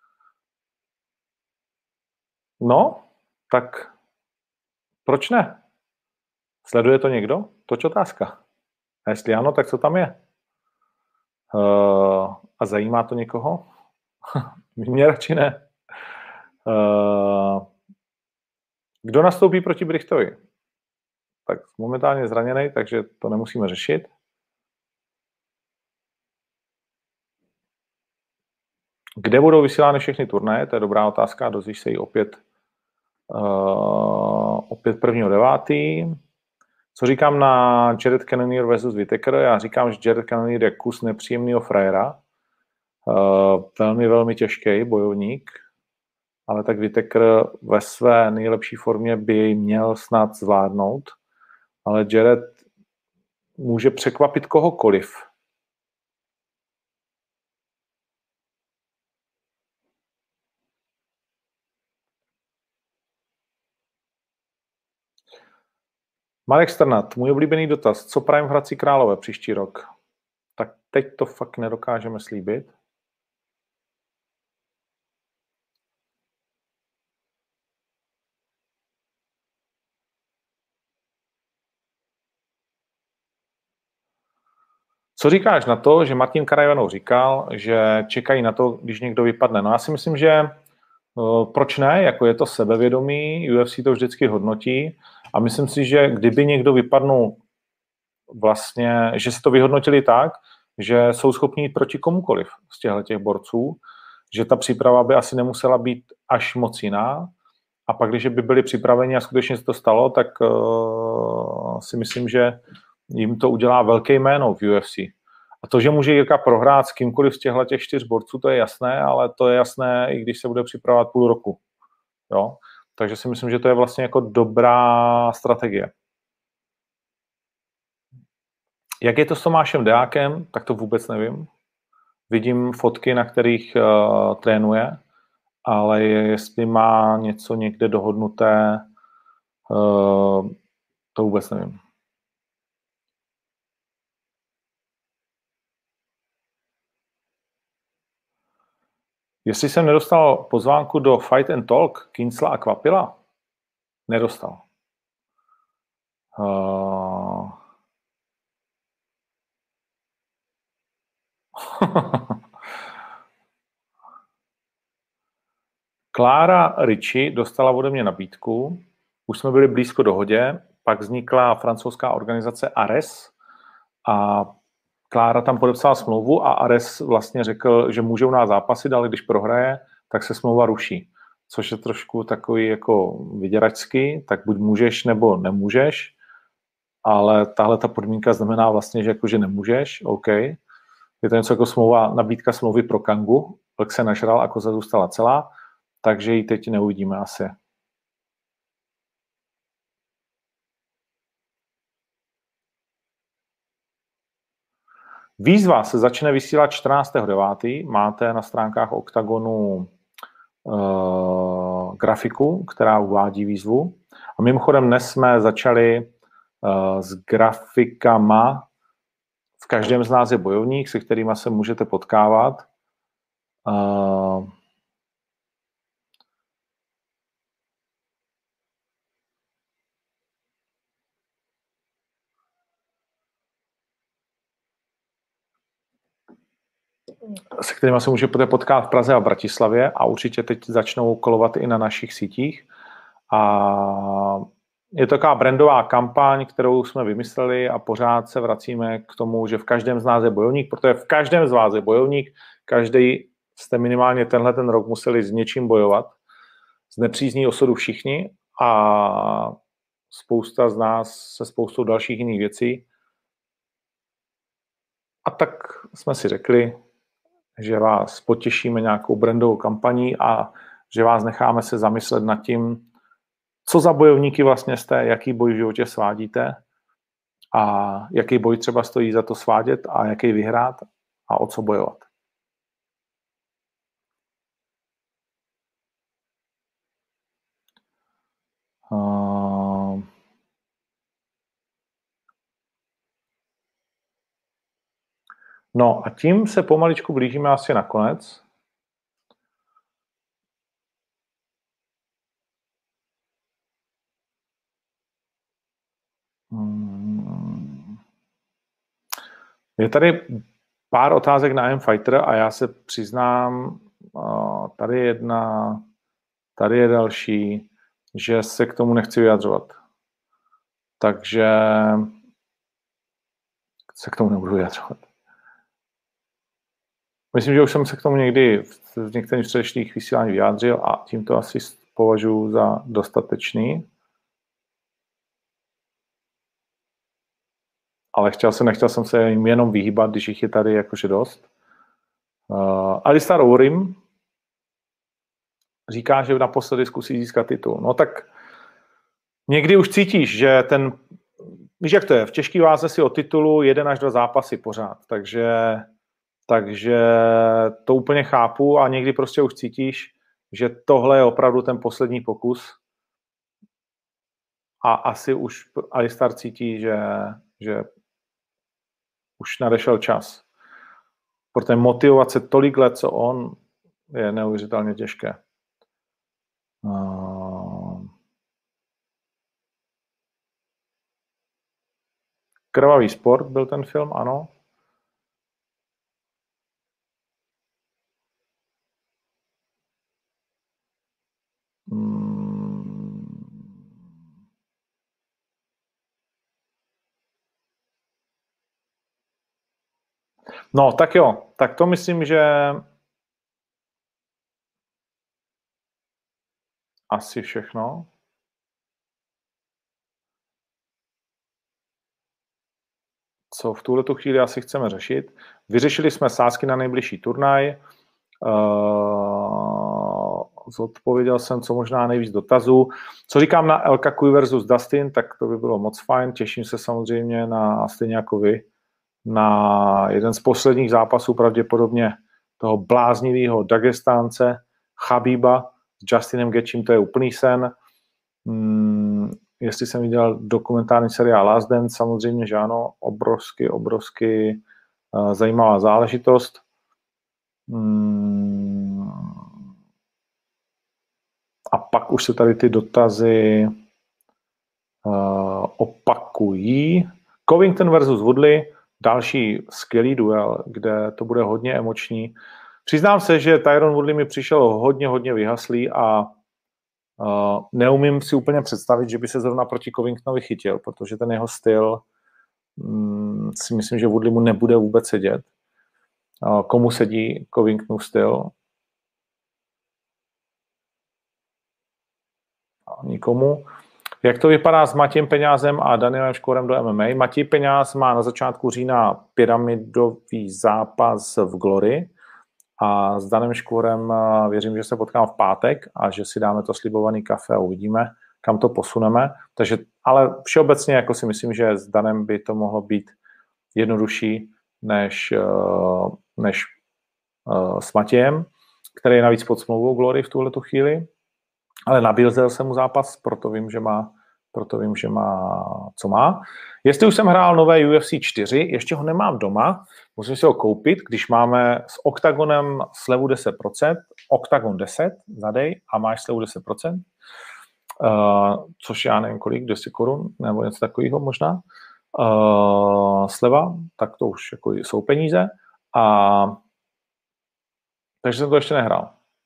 No, tak proč ne? Sleduje to někdo? Toč otázka. A jestli ano, tak co tam je? Uh, a zajímá to někoho? Mě radši ne. Uh, kdo nastoupí proti Brichtovi? Tak momentálně zraněný, takže to nemusíme řešit. Kde budou vysílány všechny turnaje? To je dobrá otázka, dozvíš se ji opět, uh, opět prvního devátý. Co říkám na Jared Cannonier versus Whittaker? Já říkám, že Jared Cannonier je kus nepříjemného frajera. Uh, velmi, velmi těžký bojovník, ale tak Whittaker ve své nejlepší formě by jej měl snad zvládnout, ale Jared může překvapit kohokoliv. Marek Strnat, můj oblíbený dotaz. Co Prime v Hradci Králové příští rok? Tak teď to fakt nedokážeme slíbit. Co říkáš na to, že Martin Karajanov říkal, že čekají na to, když někdo vypadne? No já si myslím, že uh, proč ne? Jako je to sebevědomí, U F C to vždycky hodnotí a myslím si, že kdyby někdo vypadnul vlastně, že se to vyhodnotili tak, že jsou schopní jít proti komukoliv z těchto těch borců, že ta příprava by asi nemusela být až moc jiná a pak, když by byli připraveni a skutečně se to stalo, tak uh, si myslím, že jim to udělá velké jméno v U F C. A to, že může Jirka prohrát s kýmkoliv z těchto těch čtyř borců, to je jasné, ale to je jasné, i když se bude připravovat půl roku. Jo? Takže si myslím, že to je vlastně jako dobrá strategie. Jak je to s Tomášem Deákem, tak to vůbec nevím. Vidím fotky, na kterých uh, trénuje, ale jestli má něco někde dohodnuté, uh, to vůbec nevím. Jestli jsem nedostal pozvánku do Fight and Talk Kincla a Kvapila, nedostal. Uh... Klára Ricci dostala ode mě nabídku, už jsme byli blízko dohodě, pak vznikla francouzská organizace Ares a Klára tam podepsala smlouvu a Ares vlastně řekl, že může u nás zápasit, ale když prohraje, tak se smlouva ruší. Což je trošku takový jako vyděračský, tak buď můžeš nebo nemůžeš, ale tahle ta podmínka znamená vlastně, že, jako, že nemůžeš, OK. Je to něco jako smlouva, nabídka smlouvy pro Kangu, pak se nažral a koza zůstala celá, takže ji teď neuvidíme asi. Výzva se začne vysílat čtrnáctého devátého Máte na stránkách Oktagonu uh, grafiku, která uvádí výzvu. A mimochodem dnes jsme začali uh, s grafikama v každém z nás je bojovník, se kterýma se můžete potkávat. Uh, se kterými se můžete potkat v Praze a v Bratislavě a určitě teď začnou kolovat i na našich sítích. A je to taková brandová kampaň, kterou jsme vymysleli a pořád se vracíme k tomu, že v každém z nás je bojovník, protože v každém z vás je bojovník, každý jste minimálně tenhle ten rok museli s něčím bojovat, z nepřízní osudu všichni a spousta z nás se spoustou dalších jiných věcí. A tak jsme si řekli, že vás potěšíme nějakou brandovou kampaní a že vás necháme se zamyslet nad tím, co za bojovníky vlastně jste, jaký boj v životě svádíte a jaký boj třeba stojí za to svádět a jaký vyhrát a o co bojovat. Uh... No a tím se pomaličku blížíme asi na konec. Je tady pár otázek na M Fighter a já se přiznám, tady je jedna, tady je další, že se k tomu nechci vyjadřovat. Takže se k tomu nebudu vyjadřovat. Myslím, že už jsem se k tomu někdy v některých předešlých vysílání vyjádřil a tím to asi považuji za dostatečný. Ale chtěl jsem, nechtěl jsem se jim jenom vyhýbat, když jich je tady jakože dost. Uh, Alistar Ourim říká, že naposledy zkusí získat titul. No tak někdy už cítíš, že ten, víš jak to je, v těžký váze si o titulu jeden až dva zápasy pořád, takže, takže to úplně chápu a někdy prostě už cítíš, že tohle je opravdu ten poslední pokus a asi už Alistar cítí, že, že už nadešel čas. Protože motivovat se tolik let, co on, je neuvěřitelně těžké. Krvavý sport byl ten film, ano. No, tak jo, tak to myslím, že asi všechno. Co v tuhletu chvíli asi chceme řešit. Vyřešili jsme sázky na nejbližší turnaj. Uh, zodpověděl jsem, co možná nejvíc dotazů. Co říkám na El Kakuy versus Dustin, tak to by bylo moc fajn. Těším se samozřejmě na, stejně jako vy, na jeden z posledních zápasů pravděpodobně toho bláznivého Dagestánce Khabíba s Justinem Gaethjem, to je úplný sen. Hmm, jestli jsem viděl dokumentární seriál Last Dance, samozřejmě, že ano, obrovsky, obrovsky uh, zajímavá záležitost. Hmm, a pak už se tady ty dotazy uh, opakují. Covington versus Woodley, další skvělý duel, kde to bude hodně emoční. Přiznám se, že Tyron Woodley mi přišel hodně, hodně vyhaslý a uh, neumím si úplně představit, že by se zrovna proti Covingtonovi chytil, protože ten jeho styl um, si myslím, že Woodley mu nebude vůbec sedět. Uh, komu sedí Covingtonův styl? Nikomu. Jak to vypadá s Matějem Peňázem a Danielem Škvorem do M M A? Matěj Peňáz má na začátku října pyramidový zápas v Glory a s Danem Škvorem věřím, že se potkám v pátek a že si dáme to slibovaný kafe a uvidíme, kam to posuneme. Takže, ale všeobecně jako si myslím, že s Danem by to mohlo být jednodušší než, než s Matějem, který je navíc pod smlouvou Glory v tuhletu chvíli. Ale nabízel jsem mu zápas, proto vím, že má proto vím, že má, co má. Jestli už jsem hrál nové U F C čtyři, ještě ho nemám doma, musím si ho koupit, když máme s Octagonem slevu deset procent, Octagon deset, zadej a máš slevu deset procent, uh, což já nevím kolik, dvě stě korun, nebo něco takového možná, uh, sleva, tak to už jako jsou peníze. A takže jsem to ještě nehrál.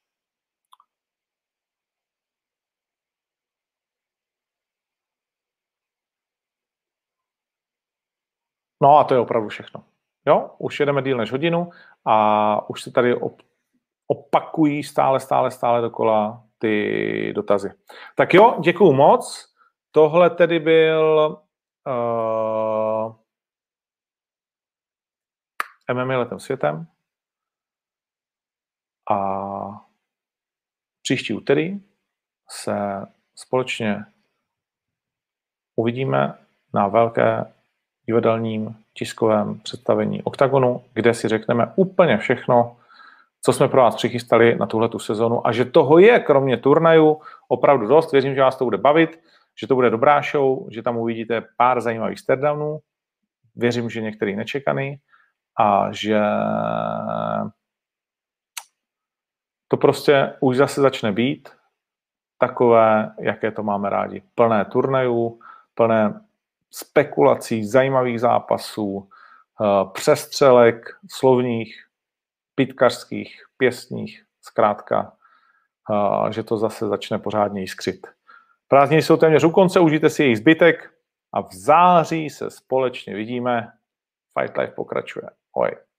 No a to je opravdu všechno. Jo, už jedeme díl než hodinu a už se tady op- opakují stále, stále, stále dokola ty dotazy. Tak jo, děkuju moc. Tohle tedy byl uh, M M A letem světem a příští úterý se společně uvidíme na velké divadelním tiskovém představení Octagonu, kde si řekneme úplně všechno, co jsme pro vás přichystali na tuhletu sezonu a že toho je, kromě turnajů, opravdu dost. Věřím, že vás to bude bavit, že to bude dobrá show, že tam uvidíte pár zajímavých staredownů. Věřím, že některý nečekaný a že to prostě už zase začne být takové, jaké to máme rádi. Plné turnajů, plné spekulací, zajímavých zápasů, přestřelek slovních, pitkařských, pěstních, zkrátka, že to zase začne pořádně jiskřit. Prázdniny jsou téměř u konce, užijte si jejich zbytek a v září se společně vidíme. Fight Life pokračuje. Ahoj.